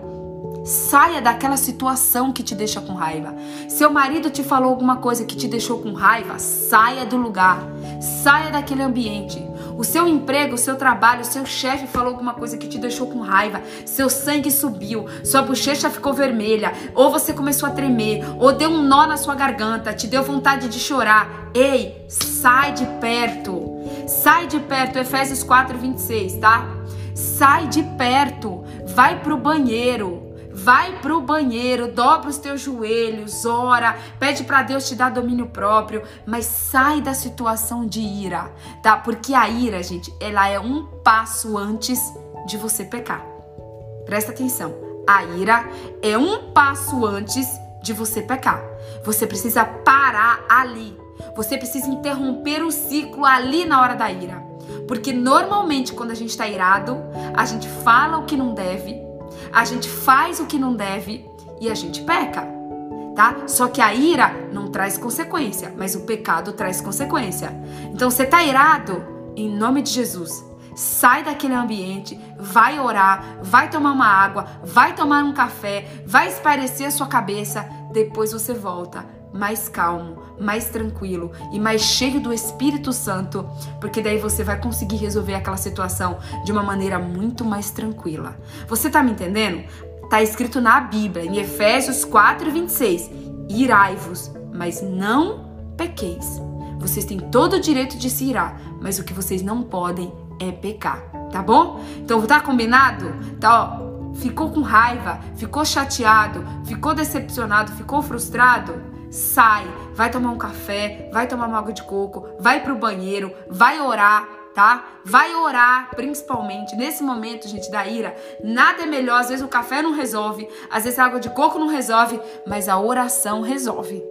Saia daquela situação que te deixa com raiva. Seu marido te falou alguma coisa que te deixou com raiva, saia do lugar. Saia daquele ambiente. O seu emprego, o seu trabalho, o seu chefe falou alguma coisa que te deixou com raiva, seu sangue subiu, sua bochecha ficou vermelha, ou você começou a tremer, ou deu um nó na sua garganta, te deu vontade de chorar. Ei, sai de perto. Sai de perto, Efésios quatro, vinte e seis, tá? Sai de perto, vai pro banheiro. Vai pro banheiro, dobra os teus joelhos, ora, pede para Deus te dar domínio próprio, mas sai da situação de ira, tá? Porque a ira, gente, ela é um passo antes de você pecar. Presta atenção, a ira é um passo antes de você pecar. Você precisa parar ali, você precisa interromper o ciclo ali na hora da ira. Porque normalmente quando a gente tá irado, a gente fala o que não deve, a gente faz o que não deve e a gente peca, tá? Só que a ira não traz consequência, mas o pecado traz consequência. Então você tá irado, em nome de Jesus, sai daquele ambiente, vai orar, vai tomar uma água, vai tomar um café, vai espairecer a sua cabeça, depois você volta mais calmo, mais tranquilo e mais cheio do Espírito Santo, porque daí você vai conseguir resolver aquela situação de uma maneira muito mais tranquila. Você tá me entendendo? Tá escrito na Bíblia, em Efésios quatro, vinte e seis, irai-vos, mas não pequeis. Vocês têm todo o direito de se irar, mas o que vocês não podem é pecar, tá bom? Então tá combinado? Tá, ó, ficou com raiva, ficou chateado, ficou decepcionado, ficou frustrado? Sai, vai tomar um café, vai tomar uma água de coco, vai pro banheiro, vai orar, tá? Vai orar, principalmente nesse momento, gente, da ira. Nada é melhor, às vezes o café não resolve, às vezes a água de coco não resolve, mas a oração resolve.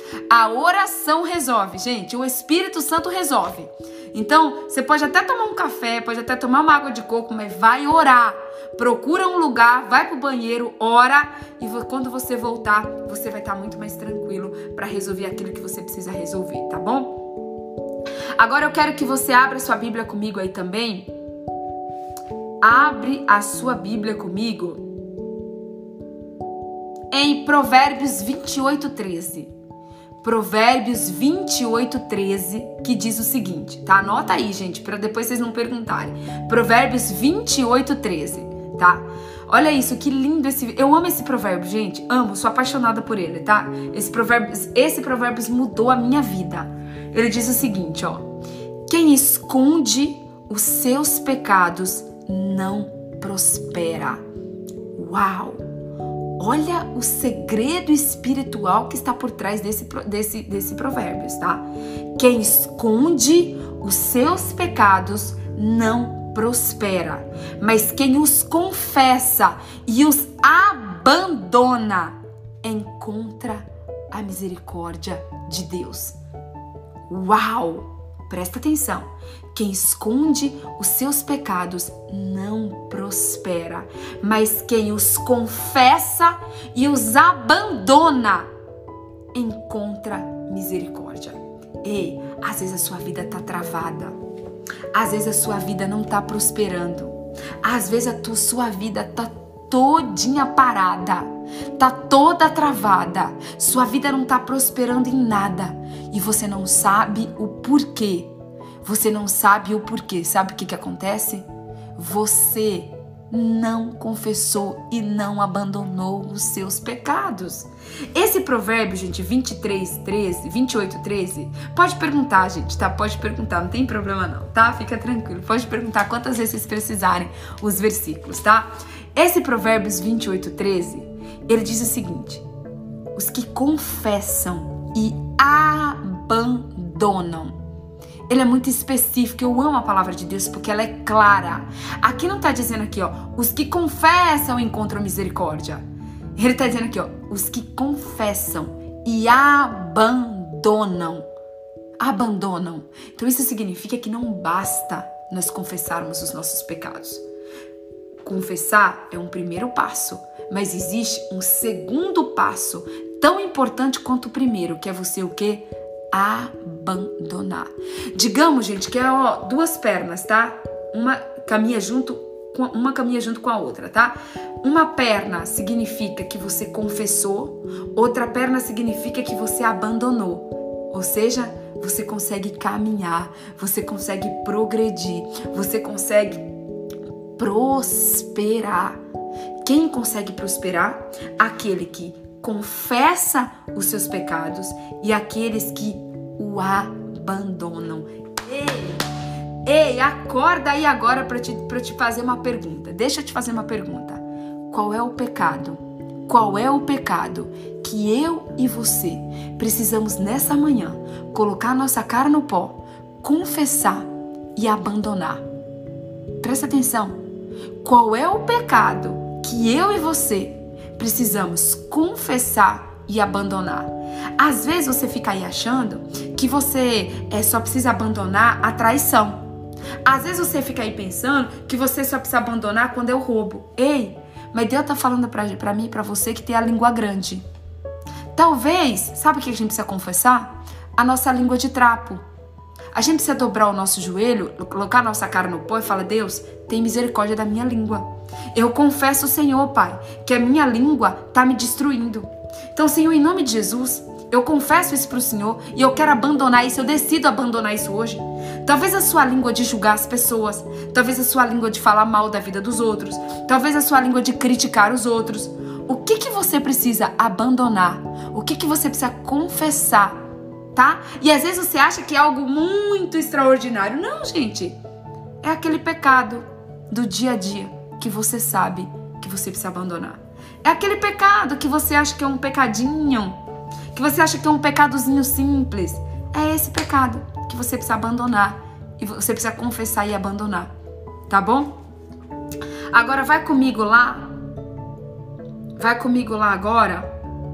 A oração resolve, gente, o Espírito Santo resolve. Então, você pode até tomar um café, pode até tomar uma água de coco, mas vai orar. Procura um lugar, vai pro banheiro, ora, e quando você voltar, você vai estar muito mais tranquilo para resolver aquilo que você precisa resolver, tá bom? Agora eu quero que você abra sua Bíblia comigo aí também. Abre a sua Bíblia comigo em Provérbios vinte e oito, treze. Provérbios vinte e oito, treze, que diz o seguinte, tá? Anota aí, gente, para depois vocês não perguntarem. Provérbios vinte e oito, treze, tá? Olha isso, que lindo esse... Eu amo esse provérbio, gente. Amo, sou apaixonada por ele, tá? Esse provérbio, esse provérbio mudou a minha vida. Ele diz o seguinte, ó. Quem esconde os seus pecados não prospera. Uau! Olha o segredo espiritual que está por trás desse, desse, desse provérbios, tá? Quem esconde os seus pecados não prospera, mas quem os confessa e os abandona encontra a misericórdia de Deus. Uau! Presta atenção. Quem esconde os seus pecados não prospera, mas quem os confessa e os abandona encontra misericórdia. Ei, às vezes a sua vida tá travada. Às vezes a sua vida não tá prosperando. Às vezes a tua, sua vida tá todinha parada. Tá toda travada. Sua vida não tá prosperando em nada. E você não sabe o porquê. Você não sabe o porquê. Sabe o que que acontece? Você não confessou e não abandonou os seus pecados. Esse provérbio, gente, vinte e três, treze, vinte e oito, treze, pode perguntar, gente, tá? Pode perguntar, não tem problema não, tá? Fica tranquilo, pode perguntar quantas vezes vocês precisarem os versículos, tá? Esse Provérbios vinte e oito, treze, ele diz o seguinte: os que confessam e abandonam. Ele é muito específico, eu amo a palavra de Deus porque ela é clara. Aqui não tá dizendo aqui, ó, os que confessam encontram misericórdia. Ele tá dizendo aqui, ó, os que confessam e abandonam. Abandonam. Então isso significa que não basta nós confessarmos os nossos pecados. Confessar é um primeiro passo, mas existe um segundo passo tão importante quanto o primeiro, que é você o quê? Abandonar. Digamos, gente, que é ó, duas pernas, tá? Uma caminha junto com uma caminha junto com a outra, tá? Uma perna significa que você confessou, outra perna significa que você abandonou. Ou seja, você consegue caminhar, você consegue progredir, você consegue prosperar. Quem consegue prosperar? Aquele que confessa os seus pecados e aqueles que o abandonam. Ei, ei, acorda aí agora para te, para te fazer uma pergunta. Deixa eu te fazer uma pergunta. Qual é o pecado? Qual é o pecado que eu e você precisamos nessa manhã colocar nossa cara no pó, confessar e abandonar? Presta atenção. Qual é o pecado que eu e você precisamos confessar e abandonar? Às vezes você fica aí achando que você é, só precisa abandonar a traição. Às vezes você fica aí pensando que você só precisa abandonar quando é o roubo. Ei, mas Deus tá falando pra, pra mim e pra você que tem a língua grande. Talvez, sabe o que a gente precisa confessar? A nossa língua de trapo. A gente precisa dobrar o nosso joelho, colocar a nossa cara no pó e falar: Deus, tem misericórdia da minha língua. Eu confesso, Senhor, Pai, que a minha língua tá me destruindo. Então, Senhor, em nome de Jesus, eu confesso isso pro Senhor e eu quero abandonar isso, eu decido abandonar isso hoje. Talvez a sua língua de julgar as pessoas, talvez a sua língua de falar mal da vida dos outros, talvez a sua língua de criticar os outros. O que que você precisa abandonar? O que que você precisa confessar, tá? E às vezes você acha que é algo muito extraordinário. Não, gente. É aquele pecado do dia a dia que você sabe que você precisa abandonar. É aquele pecado que você acha que é um pecadinho, que você acha que é um pecadozinho simples. É esse pecado que você precisa abandonar e você precisa confessar e abandonar, tá bom? Agora vai comigo lá, vai comigo lá agora.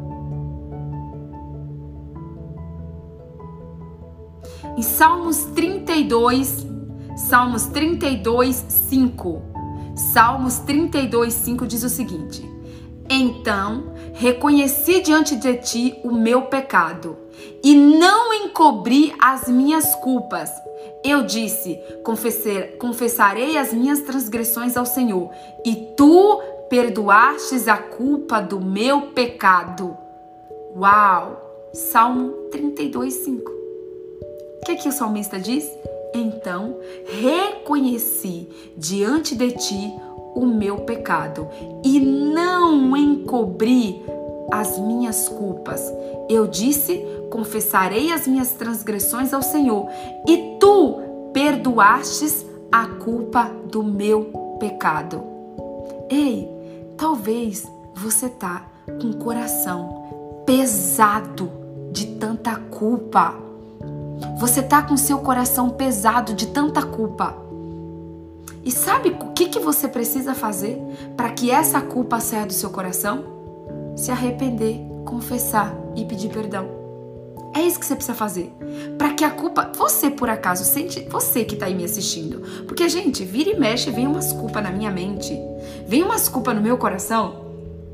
Em Salmos trinta e dois, Salmos trinta e dois, cinco. Salmos trinta e dois, cinco diz o seguinte: então reconheci diante de ti o meu pecado e não encobri as minhas culpas. Eu disse: confessarei as minhas transgressões ao Senhor, e tu perdoastes a culpa do meu pecado. Uau! Salmo trinta e dois, cinco. O que que o salmista diz? Então reconheci diante de ti o meu pecado e não encobri as minhas culpas. Eu disse: confessarei as minhas transgressões ao Senhor, e tu perdoastes a culpa do meu pecado. Ei, talvez você tá com o coração pesado de tanta culpa. Você tá com seu coração pesado de tanta culpa. E sabe o que que você precisa fazer para que essa culpa saia do seu coração? Se arrepender, confessar e pedir perdão. É isso que você precisa fazer. Para que a culpa... Você, por acaso, sente... Você que tá aí me assistindo. Porque, gente, vira e mexe, vem umas culpas na minha mente. Vem umas culpas no meu coração.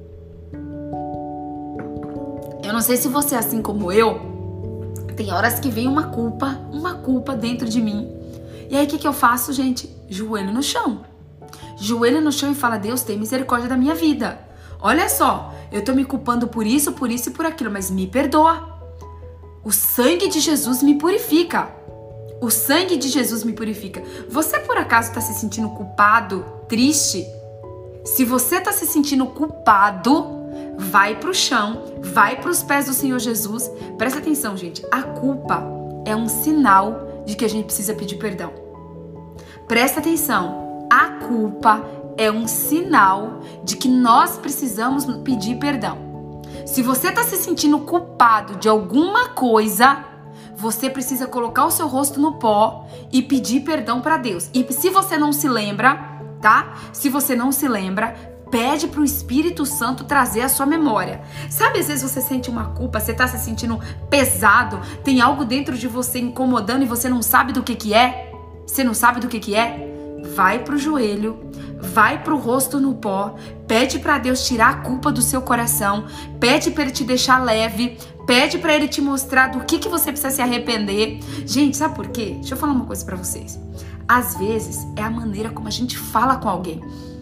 Eu não sei se você é assim como eu. Tem horas que vem uma culpa, uma culpa dentro de mim. E aí, o que que eu faço, gente? Joelho no chão. Joelho no chão e fala, Deus, tem misericórdia da minha vida. Olha só, eu tô me culpando por isso, por isso e por aquilo, mas me perdoa. O sangue de Jesus me purifica. O sangue de Jesus me purifica. Você, por acaso, tá se sentindo culpado, triste? Se você tá se sentindo culpado, vai pro chão, vai pros pés do Senhor Jesus. Presta atenção, gente. A culpa é um sinal de que a gente precisa pedir perdão. Presta atenção. A culpa é um sinal de que nós precisamos pedir perdão. Se você tá se sentindo culpado de alguma coisa, você precisa colocar o seu rosto no pó e pedir perdão para Deus. E se você não se lembra, tá? Se você não se lembra, pede pro Espírito Santo trazer a sua memória. Sabe, às vezes você sente uma culpa, você tá se sentindo pesado, tem algo dentro de você incomodando e você não sabe do que que é? Você não sabe do que que é? Vai pro joelho, vai pro rosto no pó, pede pra Deus tirar a culpa do seu coração, pede pra Ele te deixar leve, pede pra Ele te mostrar do que que você precisa se arrepender. Gente, sabe por quê? Deixa eu falar uma coisa pra vocês. Às vezes é a maneira como a gente fala com alguém.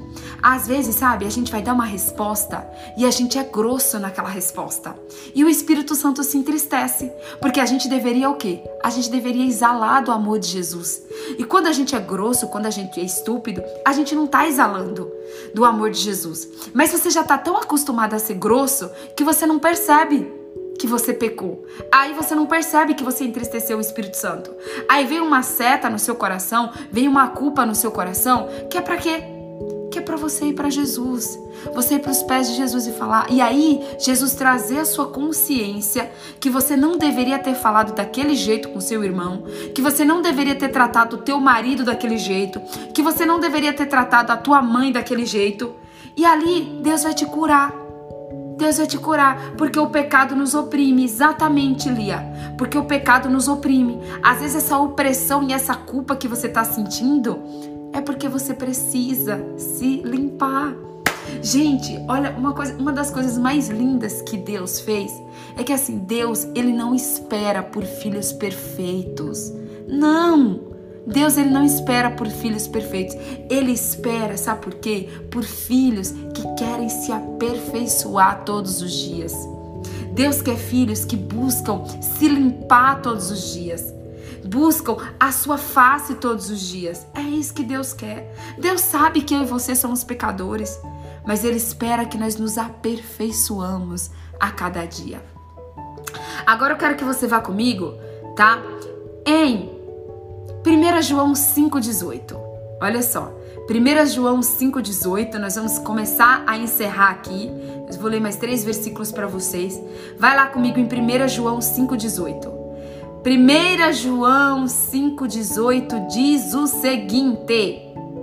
Às vezes, sabe, a gente vai dar uma resposta e a gente é grosso naquela resposta. E o Espírito Santo se entristece, porque a gente deveria o quê? A gente deveria exalar do amor de Jesus. E quando a gente é grosso, quando a gente é estúpido, a gente não tá exalando do amor de Jesus. Mas você já tá tão acostumado a ser grosso que você não percebe que você pecou. Aí você não percebe que você entristeceu o Espírito Santo. Aí vem uma seta no seu coração, vem uma culpa no seu coração, que é pra quê? Que é para você ir para Jesus, você ir para os pés de Jesus e falar, e aí Jesus trazer a sua consciência que você não deveria ter falado daquele jeito com seu irmão, que você não deveria ter tratado o teu marido daquele jeito, que você não deveria ter tratado a tua mãe daquele jeito, e ali Deus vai te curar. Deus vai te curar, porque o pecado nos oprime, exatamente, Lia, porque o pecado nos oprime. Às vezes essa opressão e essa culpa que você está sentindo é porque você precisa se limpar. Gente, olha, uma, coisa, uma das coisas mais lindas que Deus fez é que assim, Deus, Ele não espera por filhos perfeitos. Não! Deus, Ele não espera por filhos perfeitos. Ele espera, sabe por quê? Por filhos que querem se aperfeiçoar todos os dias. Deus quer filhos que buscam se limpar todos os dias. Buscam a sua face todos os dias. É isso que Deus quer. Deus sabe que eu e você somos pecadores, mas Ele espera que nós nos aperfeiçoamos a cada dia. Agora eu quero que você vá comigo, tá? Em primeira João cinco dezoito. Olha só. primeira João cinco dezoito. Nós vamos começar a encerrar aqui. Eu vou ler mais três versículos para vocês. Vai lá comigo em primeira João cinco dezoito. primeira João cinco dezoito diz o seguinte: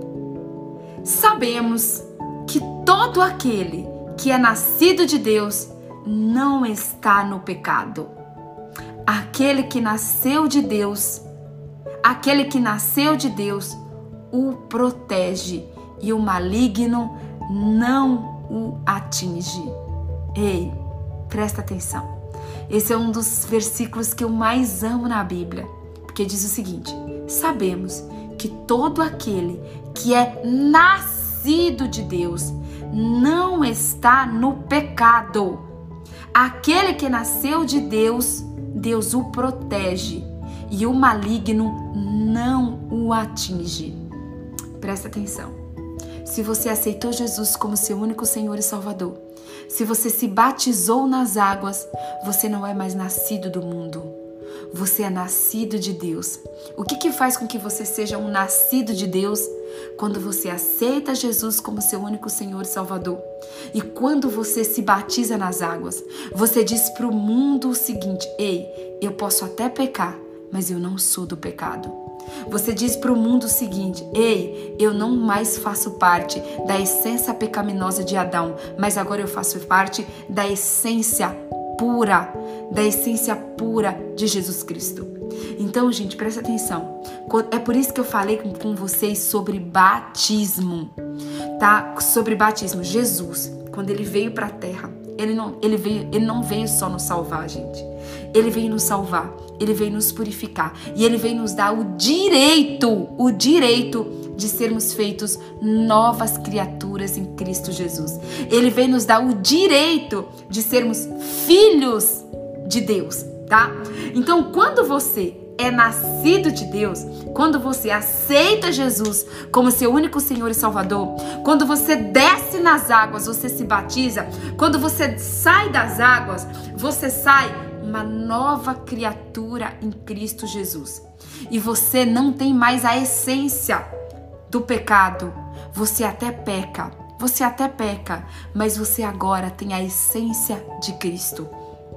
sabemos que todo aquele que é nascido de Deus não está no pecado. Aquele que nasceu de Deus, aquele que nasceu de Deus o protege e o maligno não o atinge. Ei, presta atenção. Esse é um dos versículos que eu mais amo na Bíblia, porque diz o seguinte: sabemos que todo aquele que é nascido de Deus não está no pecado. Aquele que nasceu de Deus, Deus o protege e o maligno não o atinge. Presta atenção. Se você aceitou Jesus como seu único Senhor e Salvador, se você se batizou nas águas, você não é mais nascido do mundo. Você é nascido de Deus. O que que faz com que você seja um nascido de Deus? Quando você aceita Jesus como seu único Senhor e Salvador. E quando você se batiza nas águas, você diz para o mundo o seguinte: ei, eu posso até pecar, mas eu não sou do pecado. Você diz para o mundo o seguinte: ei, eu não mais faço parte da essência pecaminosa de Adão, mas agora eu faço parte da essência pura, da essência pura de Jesus Cristo. Então, gente, presta atenção. É por isso que eu falei com vocês sobre batismo, tá? Sobre batismo. Jesus, quando ele veio para a terra, ele não, ele veio, ele não veio só nos salvar, gente. Ele veio nos salvar, ele veio nos purificar e ele veio nos dar o direito, o direito de sermos feitos novas criaturas em Cristo Jesus. Ele veio nos dar o direito de sermos filhos de Deus, tá? Então, quando você é nascido de Deus, quando você aceita Jesus como seu único Senhor e Salvador, quando você desce nas águas, você se batiza, quando você sai das águas, você sai uma nova criatura em Cristo Jesus. E você não tem mais a essência do pecado. Você até peca, você até peca, mas você agora tem a essência de Cristo.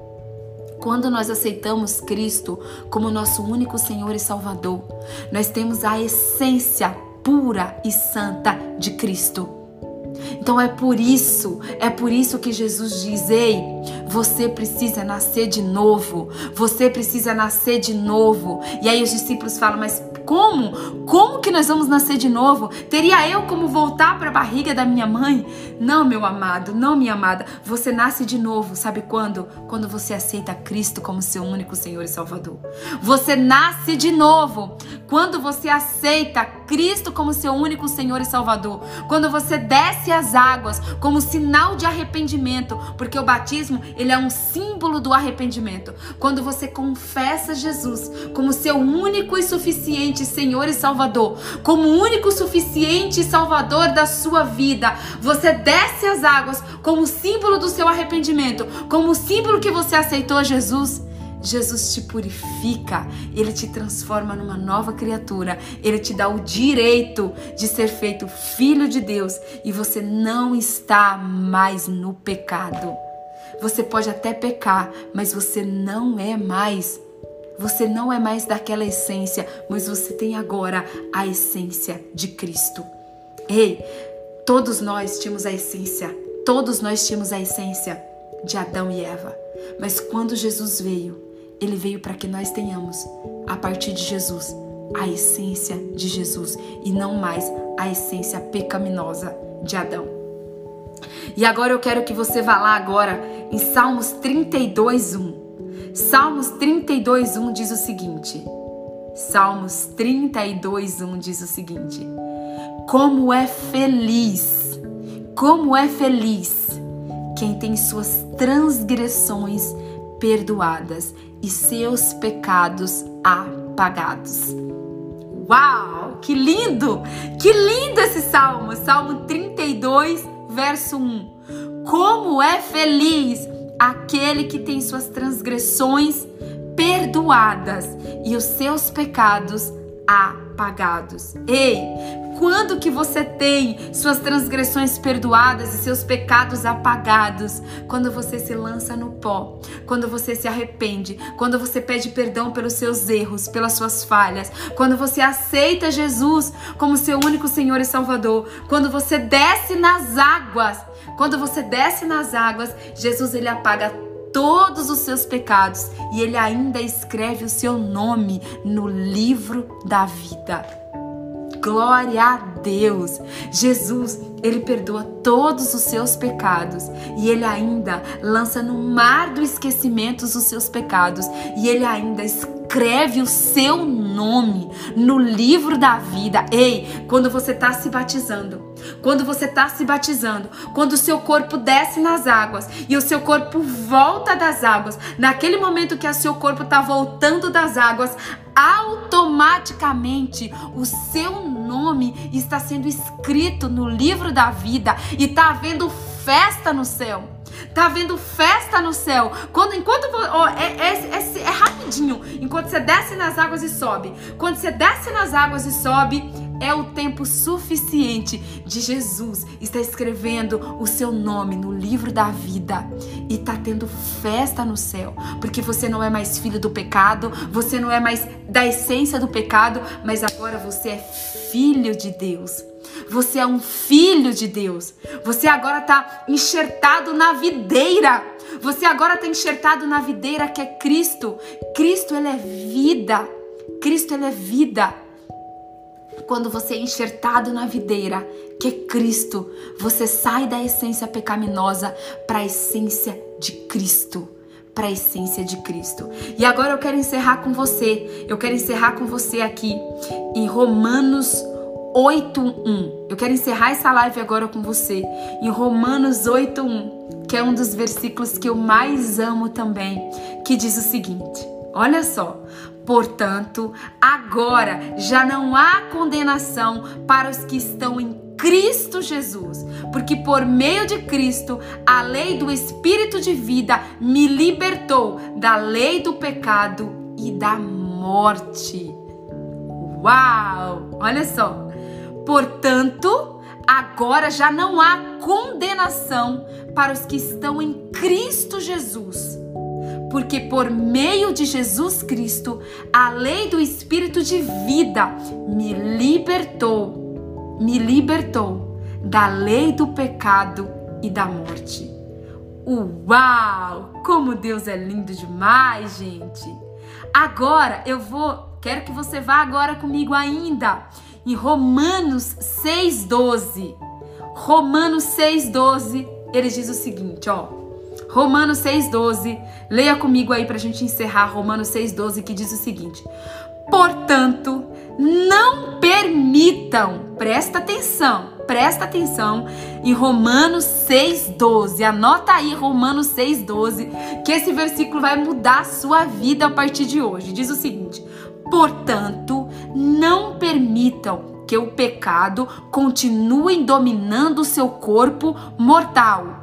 Quando nós aceitamos Cristo como nosso único Senhor e Salvador, nós temos a essência pura e santa de Cristo. Então é por isso, é por isso que Jesus diz: ei, você precisa nascer de novo, você precisa nascer de novo. E aí os discípulos falam: mas como? Como que nós vamos nascer de novo? Teria eu como voltar para a barriga da minha mãe? Não, meu amado, não, minha amada. Você nasce de novo, sabe quando? Quando você aceita Cristo como seu único Senhor e Salvador. Você nasce de novo quando você aceita Cristo como seu único Senhor e Salvador. Quando você desce as águas como sinal de arrependimento, porque o batismo, ele é um símbolo do arrependimento. Quando você confessa Jesus como seu único e suficiente Senhor e Salvador, como único, suficiente Salvador da sua vida, você desce as águas como símbolo do seu arrependimento, como símbolo que você aceitou Jesus. Jesus te purifica, ele te transforma numa nova criatura, ele te dá o direito de ser feito filho de Deus e você não está mais no pecado. Você pode até pecar, mas você não é mais, você não é mais daquela essência, mas você tem agora a essência de Cristo. Ei, todos nós tínhamos a essência, todos nós tínhamos a essência de Adão e Eva, mas quando Jesus veio, ele veio para que nós tenhamos, a partir de Jesus, a essência de Jesus e não mais a essência pecaminosa de Adão. E agora eu quero que você vá lá agora em Salmos trinta e dois, um. Salmos trinta e dois, um diz o seguinte. Salmos trinta e dois, um diz o seguinte: como é feliz, como é feliz quem tem suas transgressões perdoadas e seus pecados apagados. Uau, que lindo! Que lindo esse salmo! Salmo trinta e dois, verso um. Como é feliz aquele que tem suas transgressões perdoadas e os seus pecados apagados. Ei, quando que você tem suas transgressões perdoadas e seus pecados apagados? Quando você se lança no pó, quando você se arrepende, quando você pede perdão pelos seus erros, pelas suas falhas, quando você aceita Jesus como seu único Senhor e Salvador, quando você desce nas águas, quando você desce nas águas, Jesus, ele apaga todos os seus pecados e ele ainda escreve o seu nome no livro da vida. Glória a Deus! Jesus, ele perdoa todos os seus pecados e ele ainda lança no mar do esquecimento os seus pecados e ele ainda escreve o seu nome no livro da vida. Ei, quando você está se batizando, quando você está se batizando, quando o seu corpo desce nas águas e o seu corpo volta das águas, naquele momento que o seu corpo está voltando das águas, automaticamente o seu nome está sendo escrito no livro da vida e está havendo festa no céu. Tá havendo festa no céu. Quando, enquanto oh, é, é, é, é rapidinho. Enquanto você desce nas águas e sobe. Quando você desce nas águas e sobe, é o tempo suficiente de Jesus estar escrevendo o seu nome no livro da vida. E tá tendo festa no céu. Porque você não é mais filho do pecado. Você não é mais da essência do pecado. Mas agora você é filho de Deus. Você é um filho de Deus. Você agora está enxertado na videira. Você agora está enxertado na videira que é Cristo. Cristo, ele é vida. Cristo, ele é vida. Quando você é enxertado na videira, que é Cristo, você sai da essência pecaminosa para a essência de Cristo. Para a essência de Cristo. E agora eu quero encerrar com você. Eu quero encerrar com você aqui em Romanos oito, um. Eu quero encerrar essa live agora com você em Romanos oito, um, que é um dos versículos que eu mais amo também, que diz o seguinte, olha só: portanto, agora já não há condenação para os que estão em Cristo Jesus, porque por meio de Cristo, a lei do Espírito de vida me libertou da lei do pecado e da morte. Uau! Olha só. Portanto, agora já não há condenação para os que estão em Cristo Jesus, porque por meio de Jesus Cristo, a lei do Espírito de vida me libertou, me libertou da lei do pecado e da morte. Uau! Como Deus é lindo demais, gente! Agora eu vou, quero que você vá agora comigo ainda em Romanos seis, doze. Romanos seis, doze, ele diz o seguinte, ó. Romanos seis, doze, leia comigo aí pra gente encerrar Romanos seis, doze, que diz o seguinte: portanto, não permitam, presta atenção, presta atenção em Romanos seis, doze, anota aí Romanos seis, doze, que esse versículo vai mudar a sua vida a partir de hoje. Diz o seguinte: portanto, não permitam que o pecado continue dominando o seu corpo mortal.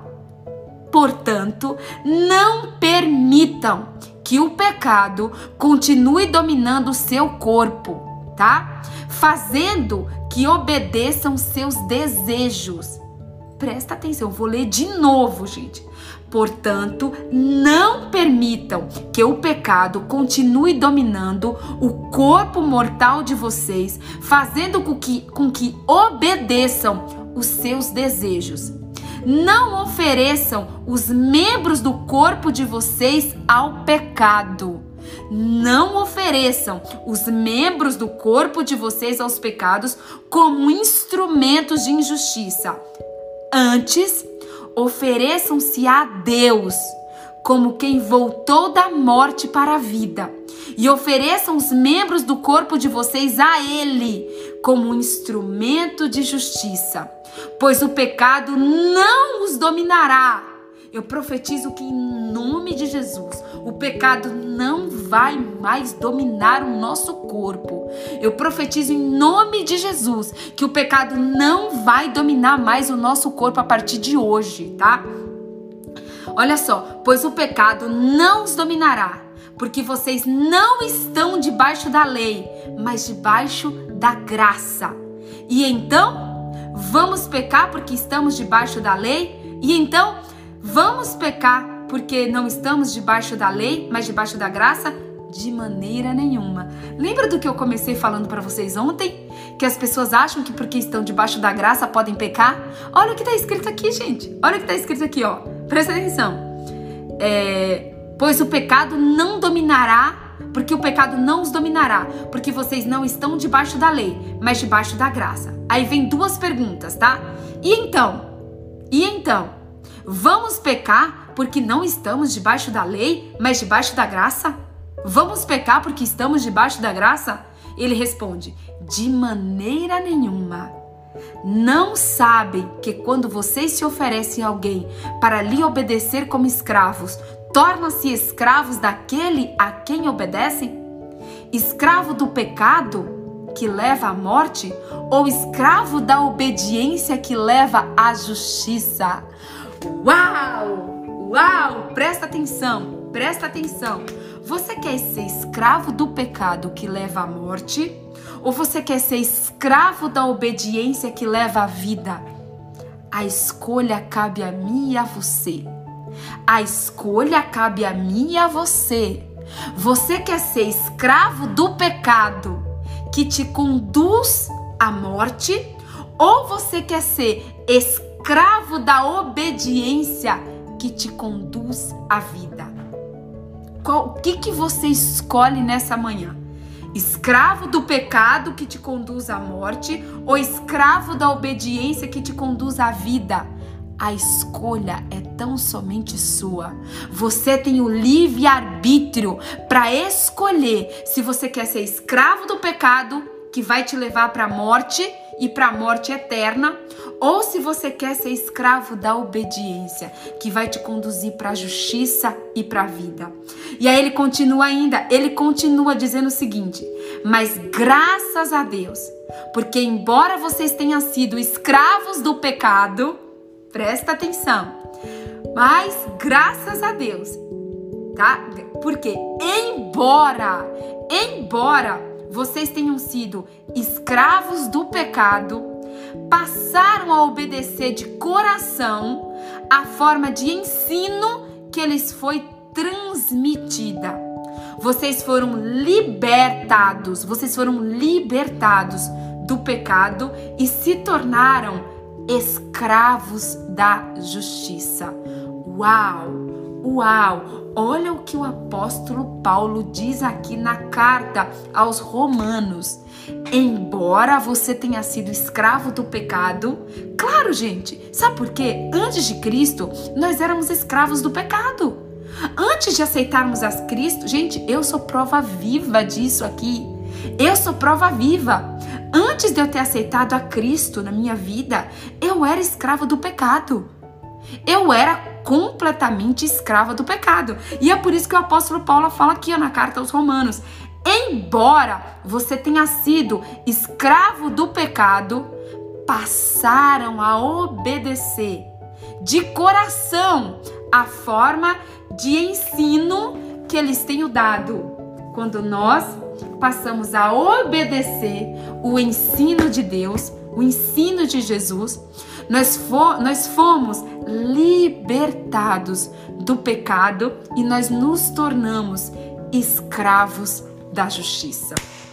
Portanto, não permitam que o pecado continue dominando o seu corpo, tá? Fazendo que obedeçam seus desejos. Presta atenção, vou ler de novo, gente. Portanto, não permitam que o pecado continue dominando o corpo mortal de vocês, fazendo com que, com que obedeçam os seus desejos. Não ofereçam os membros do corpo de vocês ao pecado. Não ofereçam os membros do corpo de vocês aos pecados como instrumentos de injustiça. Antes, ofereçam-se a Deus como quem voltou da morte para a vida, e ofereçam os membros do corpo de vocês a Ele como um instrumento de justiça, pois o pecado não os dominará. Eu profetizo que em nome de Jesus, o pecado não vai mais dominar o nosso corpo. Eu profetizo em nome de Jesus que o pecado não vai dominar mais o nosso corpo a partir de hoje, tá? Olha só, pois o pecado não os dominará, porque vocês não estão debaixo da lei, mas debaixo da graça. E então, vamos pecar porque estamos debaixo da lei? E então, vamos pecar porque não estamos debaixo da lei, mas debaixo da graça? De maneira nenhuma. Lembra do que eu comecei falando para vocês ontem? Que as pessoas acham que porque estão debaixo da graça podem pecar? Olha o que está escrito aqui, gente. Olha o que está escrito aqui, ó. Presta atenção. É, pois o pecado não dominará, porque o pecado não os dominará, porque vocês não estão debaixo da lei, mas debaixo da graça. Aí vem duas perguntas, tá? E então? E então? Vamos pecar porque não estamos debaixo da lei, mas debaixo da graça? Vamos pecar porque estamos debaixo da graça? Ele responde: de maneira nenhuma. Não sabem que quando vocês se oferecem a alguém para lhe obedecer como escravos, tornam-se escravos daquele a quem obedecem? Escravo do pecado que leva à morte ou escravo da obediência que leva à justiça? Uau! Uau! Presta atenção, presta atenção. Você quer ser escravo do pecado que leva à morte? Ou você quer ser escravo da obediência que leva à vida? A escolha cabe a mim e a você. A escolha cabe a mim e a você. Você quer ser escravo do pecado que te conduz à morte? Ou você quer ser escravo da obediência que te conduz à vida? Qual, o que, que você escolhe nessa manhã? Escravo do pecado que te conduz à morte ou escravo da obediência que te conduz à vida? A escolha é tão somente sua. Você tem o livre-arbítrio para escolher se você quer ser escravo do pecado, que vai te levar para a morte e para a morte eterna, ou se você quer ser escravo da obediência, que vai te conduzir para a justiça e para a vida. E aí ele continua ainda, ele continua dizendo o seguinte: mas graças a Deus, porque embora vocês tenham sido escravos do pecado, presta atenção, mas graças a Deus, tá? Porque embora, embora vocês tenham sido escravos do pecado, passaram a obedecer de coração a forma de ensino que lhes foi transmitida. Vocês foram libertados, vocês foram libertados do pecado e se tornaram escravos da justiça. Uau! Uau! Olha o que o apóstolo Paulo diz aqui na carta aos Romanos. Embora você tenha sido escravo do pecado, claro, gente, sabe por quê? Antes de Cristo, nós éramos escravos do pecado. Antes de aceitarmos a Cristo, gente, eu sou prova viva disso aqui. Eu sou prova viva. Antes de eu ter aceitado a Cristo na minha vida, eu era escravo do pecado. Eu era completamente escrava do pecado. E é por isso que o apóstolo Paulo fala aqui ó, na carta aos Romanos: embora você tenha sido escravo do pecado, passaram a obedecer de coração a forma de ensino que eles têm dado. Quando nós passamos a obedecer o ensino de Deus, o ensino de Jesus, nós, for, nós fomos libertados do pecado e nós nos tornamos escravos da justiça.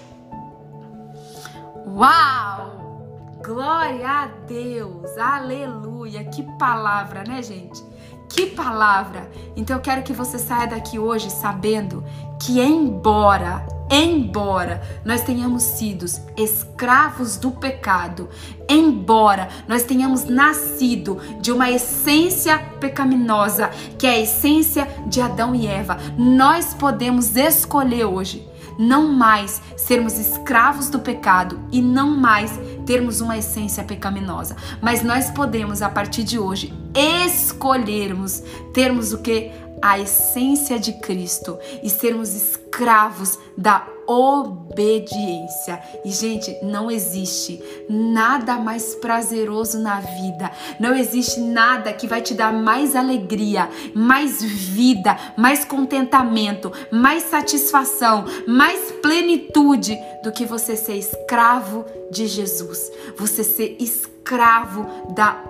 Uau! Glória a Deus! Aleluia! Que palavra, né, gente? Que palavra! Então eu quero que você saia daqui hoje sabendo que embora, embora nós tenhamos sido escravos do pecado, embora nós tenhamos nascido de uma essência pecaminosa, que é a essência de Adão e Eva, nós podemos escolher hoje não mais sermos escravos do pecado e não mais termos uma essência pecaminosa, mas nós podemos a partir de hoje escolhermos termos o que? A essência de Cristo e sermos escravos da obediência. E gente, não existe nada mais prazeroso na vida, não existe nada que vai te dar mais alegria, mais vida, mais contentamento, mais satisfação, mais plenitude do que você ser escravo de Jesus, você ser escravo da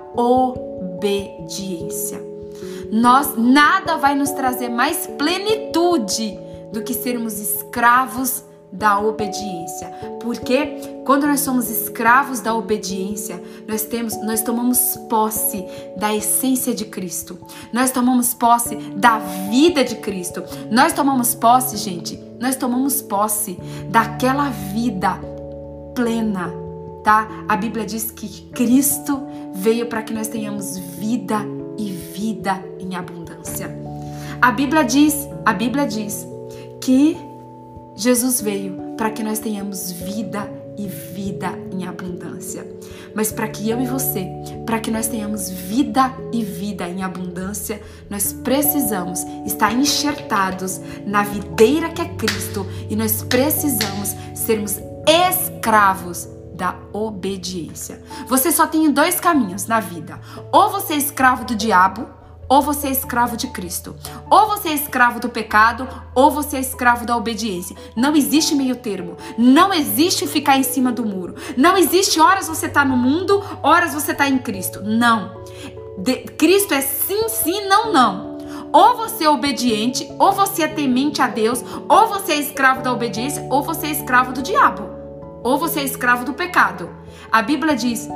obediência. Nós, nada vai nos trazer mais plenitude do que sermos escravos da obediência. Porque quando nós somos escravos da obediência, nós temos, nós tomamos posse da essência de Cristo. Nós tomamos posse da vida de Cristo. Nós tomamos posse, gente, nós tomamos posse daquela vida plena, tá? A Bíblia diz que Cristo veio para que nós tenhamos vida e vida em abundância. A Bíblia diz, a Bíblia diz que Jesus veio para que nós tenhamos vida e vida em abundância. Mas para que eu e você, para que nós tenhamos vida e vida em abundância, nós precisamos estar enxertados na videira que é Cristo e nós precisamos sermos escravos da obediência. Você só tem dois caminhos na vida: ou você é escravo do diabo, ou você é escravo de Cristo. Ou você é escravo do pecado, ou você é escravo da obediência. Não existe meio termo. Não existe ficar em cima do muro. Não existe horas você tá no mundo, horas você tá em Cristo. Não. De, Cristo é sim, sim, não, não. Ou você é obediente, ou você é temente a Deus, ou você é escravo da obediência, ou você é escravo do diabo. Ou você é escravo do pecado. A Bíblia diz: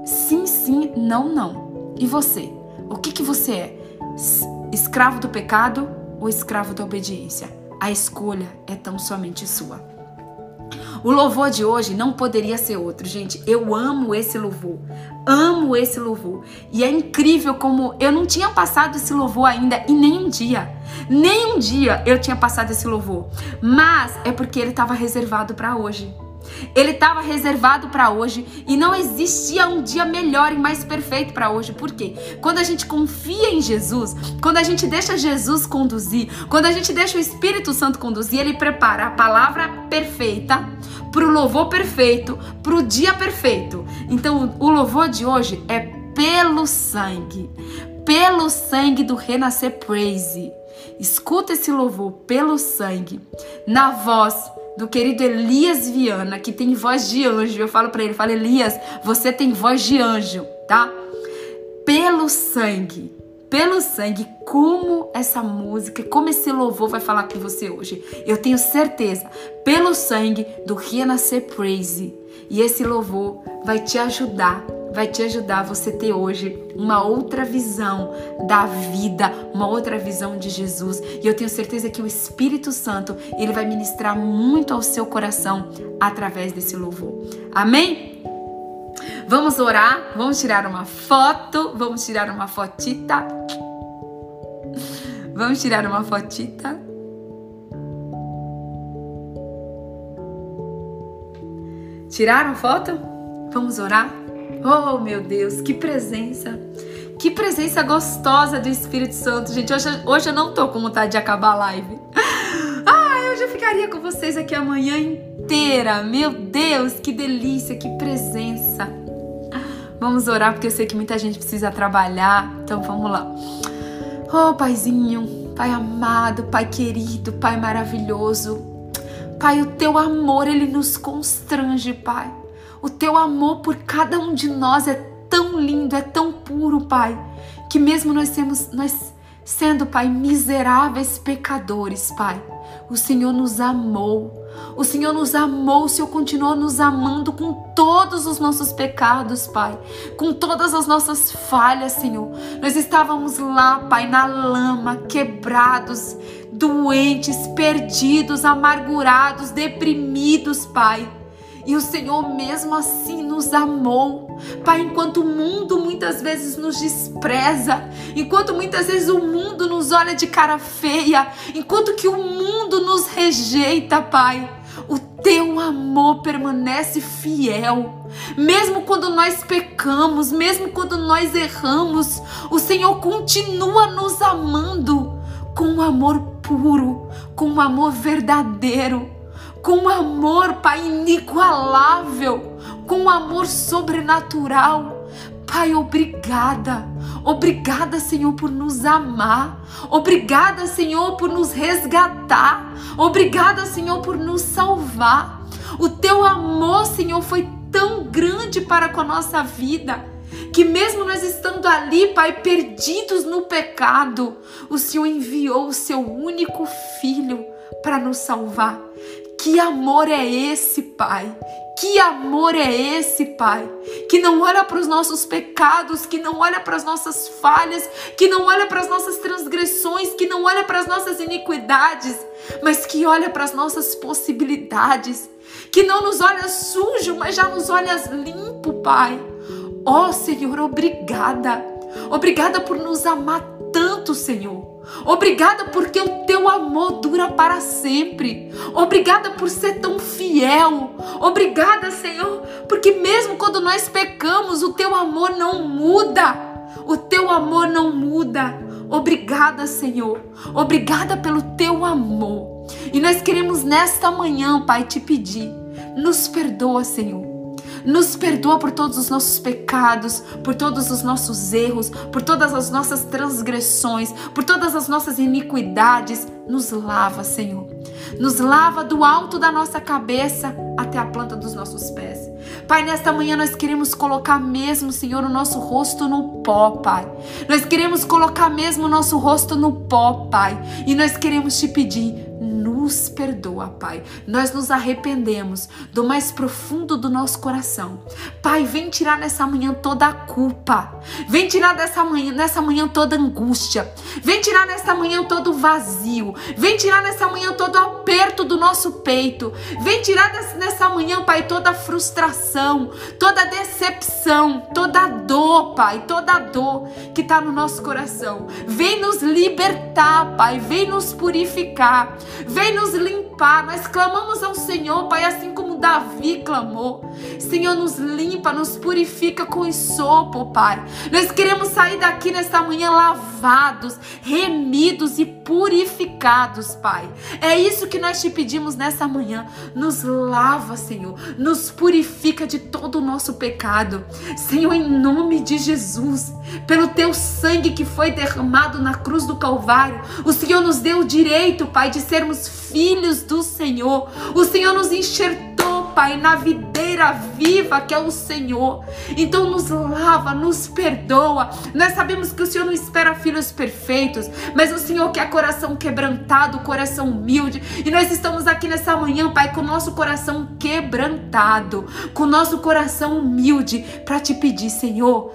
sim, sim, não, não. E você? O que que você é? Escravo do pecado ou escravo da obediência? A escolha é tão somente sua. O louvor de hoje não poderia ser outro, gente. Eu amo esse louvor, amo esse louvor. E é incrível como eu não tinha passado esse louvor ainda em nenhum dia. Nem um dia eu tinha passado esse louvor. Mas é porque ele estava reservado para hoje. Ele estava reservado para hoje e não existia um dia melhor e mais perfeito para hoje. Por quê? Quando a gente confia em Jesus, quando a gente deixa Jesus conduzir, quando a gente deixa o Espírito Santo conduzir, ele prepara a palavra perfeita para o louvor perfeito, para o dia perfeito. Então, o louvor de hoje é pelo sangue, pelo sangue do Renascer Praise. Escuta esse louvor, pelo sangue, na voz do querido Elias Viana, que tem voz de anjo. Eu falo pra ele, falo, Elias, você tem voz de anjo, tá? Pelo sangue, pelo sangue, como essa música, como esse louvor vai falar com você hoje. Eu tenho certeza, pelo sangue do Renascer Praise. E esse louvor vai te ajudar, vai te ajudar a você ter hoje uma outra visão da vida, uma outra visão de Jesus. E eu tenho certeza que o Espírito Santo, ele vai ministrar muito ao seu coração através desse louvor. Amém? Vamos orar, vamos tirar uma foto, vamos tirar uma fotita. Vamos tirar uma fotita. Tiraram foto? Vamos orar? Oh, meu Deus, que presença, que presença gostosa do Espírito Santo, gente. Hoje, hoje eu não tô com vontade de acabar a live. Ah, eu já ficaria com vocês aqui a manhã inteira. Meu Deus, que delícia, que presença. Vamos orar, porque eu sei que muita gente precisa trabalhar, então vamos lá. Oh, Paizinho, Pai amado, Pai querido, Pai maravilhoso. Pai, o Teu amor, Ele nos constrange, Pai. O Teu amor por cada um de nós é tão lindo, é tão puro, Pai, que mesmo nós, temos, nós sendo, Pai, miseráveis pecadores, Pai, o Senhor nos amou. O Senhor nos amou, o Senhor continuou nos amando com todos os nossos pecados, Pai, com todas as nossas falhas, Senhor. Nós estávamos lá, Pai, na lama, quebrados, doentes, perdidos, amargurados, deprimidos, Pai. E o Senhor mesmo assim nos amou. Pai, enquanto o mundo muitas vezes nos despreza, enquanto muitas vezes o mundo nos olha de cara feia, enquanto que o mundo nos rejeita, Pai, o Teu amor permanece fiel. Mesmo quando nós pecamos, mesmo quando nós erramos, o Senhor continua nos amando com um amor puro, com um amor verdadeiro, com um amor, Pai, inigualável, com um amor sobrenatural. Pai, obrigada. Obrigada, Senhor, por nos amar. Obrigada, Senhor, por nos resgatar. Obrigada, Senhor, por nos salvar. O Teu amor, Senhor, foi tão grande para com a nossa vida, que mesmo nós estando ali, Pai, perdidos no pecado, o Senhor enviou o Seu único Filho para nos salvar. Que amor é esse, Pai? Que amor é esse, Pai? Que não olha para os nossos pecados, que não olha para as nossas falhas, que não olha para as nossas transgressões, que não olha para as nossas iniquidades, mas que olha para as nossas possibilidades, que não nos olha sujo, mas já nos olha limpo, Pai. Oh, Senhor, obrigada. Obrigada por nos amar tanto, Senhor. Obrigada porque o Teu amor dura para sempre. Obrigada por ser tão fiel. Obrigada, Senhor, porque mesmo quando nós pecamos, o Teu amor não muda. O Teu amor não muda. Obrigada, Senhor. Obrigada pelo Teu amor. E nós queremos nesta manhã, Pai, te pedir, nos perdoa, Senhor. Nos perdoa por todos os nossos pecados, por todos os nossos erros, por todas as nossas transgressões, por todas as nossas iniquidades. Nos lava, Senhor. Nos lava do alto da nossa cabeça até a planta dos nossos pés. Pai, nesta manhã nós queremos colocar mesmo, Senhor, o nosso rosto no pó, Pai. Nós queremos colocar mesmo o nosso rosto no pó, Pai. E nós queremos te pedir, nos nos perdoa, Pai. Nós nos arrependemos do mais profundo do nosso coração. Pai, vem tirar nessa manhã toda a culpa. Vem tirar nessa manhã, nessa manhã toda a angústia. Vem tirar nessa manhã todo o vazio. Vem tirar nessa manhã todo o aperto do nosso peito. Vem tirar nessa manhã, Pai, toda a frustração, toda a decepção, toda a dor, Pai, toda a dor que está no nosso coração. Vem nos libertar, Pai, vem nos purificar, vem nos limpar. Nós clamamos ao Senhor, Pai, assim como Davi clamou. Senhor, nos limpa, nos purifica com hisopo, Pai. Nós queremos sair daqui nesta manhã lavados, remidos e purificados, Pai. É isso que nós te pedimos nessa manhã. Nos lava, Senhor, nos purifica de todo o nosso pecado. Senhor, em nome de Jesus, pelo teu sangue que foi derramado na cruz do Calvário, o Senhor nos deu o direito, Pai, de sermos filhos do Senhor. O Senhor nos enxertou, Pai, na videira viva que é o Senhor. Então nos lava, nos perdoa. Nós sabemos que o Senhor não espera filhos perfeitos, mas o Senhor quer coração quebrantado, coração humilde. E nós estamos aqui nessa manhã, Pai, com o nosso coração quebrantado, com o nosso coração humilde, para te pedir, Senhor,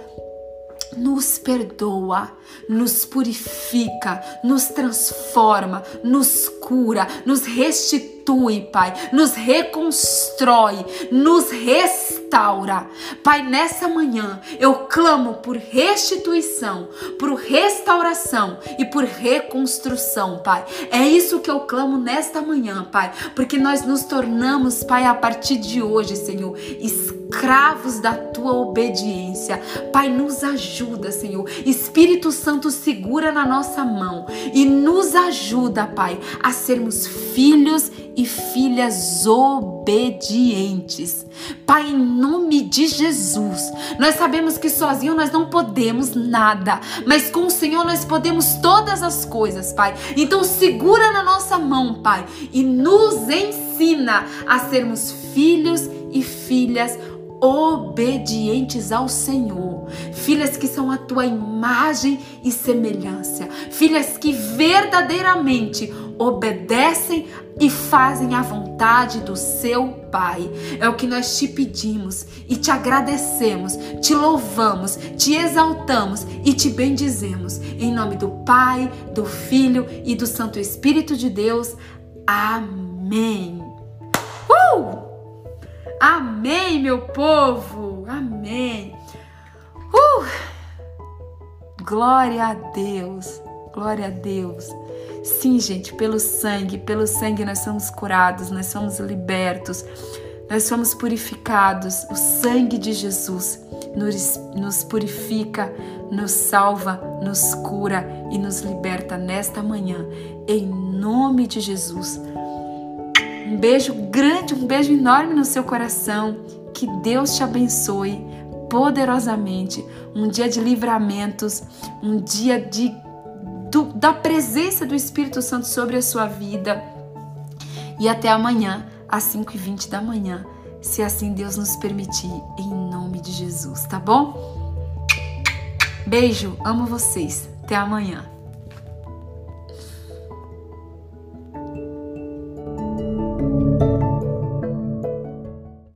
nos perdoa, nos purifica, nos transforma, nos cura, nos restitui, Pai, nos reconstrói, nos restaura. Pai, nessa manhã eu clamo por restituição, por restauração e por reconstrução, Pai. É isso que eu clamo nesta manhã, Pai, porque nós nos tornamos, Pai, a partir de hoje, Senhor, escravos da tua obediência. Pai, nos ajuda, Senhor. Espírito Santo, segura na nossa mão e nos ajuda, Pai, a sermos filhos e filhas obedientes. Pai, em nome de Jesus, nós sabemos que sozinho nós não podemos nada, mas com o Senhor nós podemos todas as coisas, Pai. Então segura na nossa mão, Pai, e nos ensina a sermos filhos e filhas obedientes ao Senhor, filhas que são a tua imagem e semelhança, filhas que verdadeiramente obedecem e fazem a vontade do seu Pai. É o que nós te pedimos e te agradecemos, te louvamos, te exaltamos e te bendizemos. Em nome do Pai, do Filho e do Santo Espírito de Deus. Amém. Uh! Amém, meu povo. Amém. Uh! Glória a Deus. Glória a Deus. Sim, gente, pelo sangue, pelo sangue nós somos curados, nós somos libertos, nós somos purificados. O sangue de Jesus nos, nos purifica, nos salva, nos cura e nos liberta nesta manhã. Em nome de Jesus. Um beijo grande, um beijo enorme no seu coração. Que Deus te abençoe poderosamente. Um dia de livramentos, um dia de, do, da presença do Espírito Santo sobre a sua vida. E até amanhã, às cinco e vinte da manhã, se assim Deus nos permitir, em nome de Jesus, tá bom? Beijo, amo vocês. Até amanhã.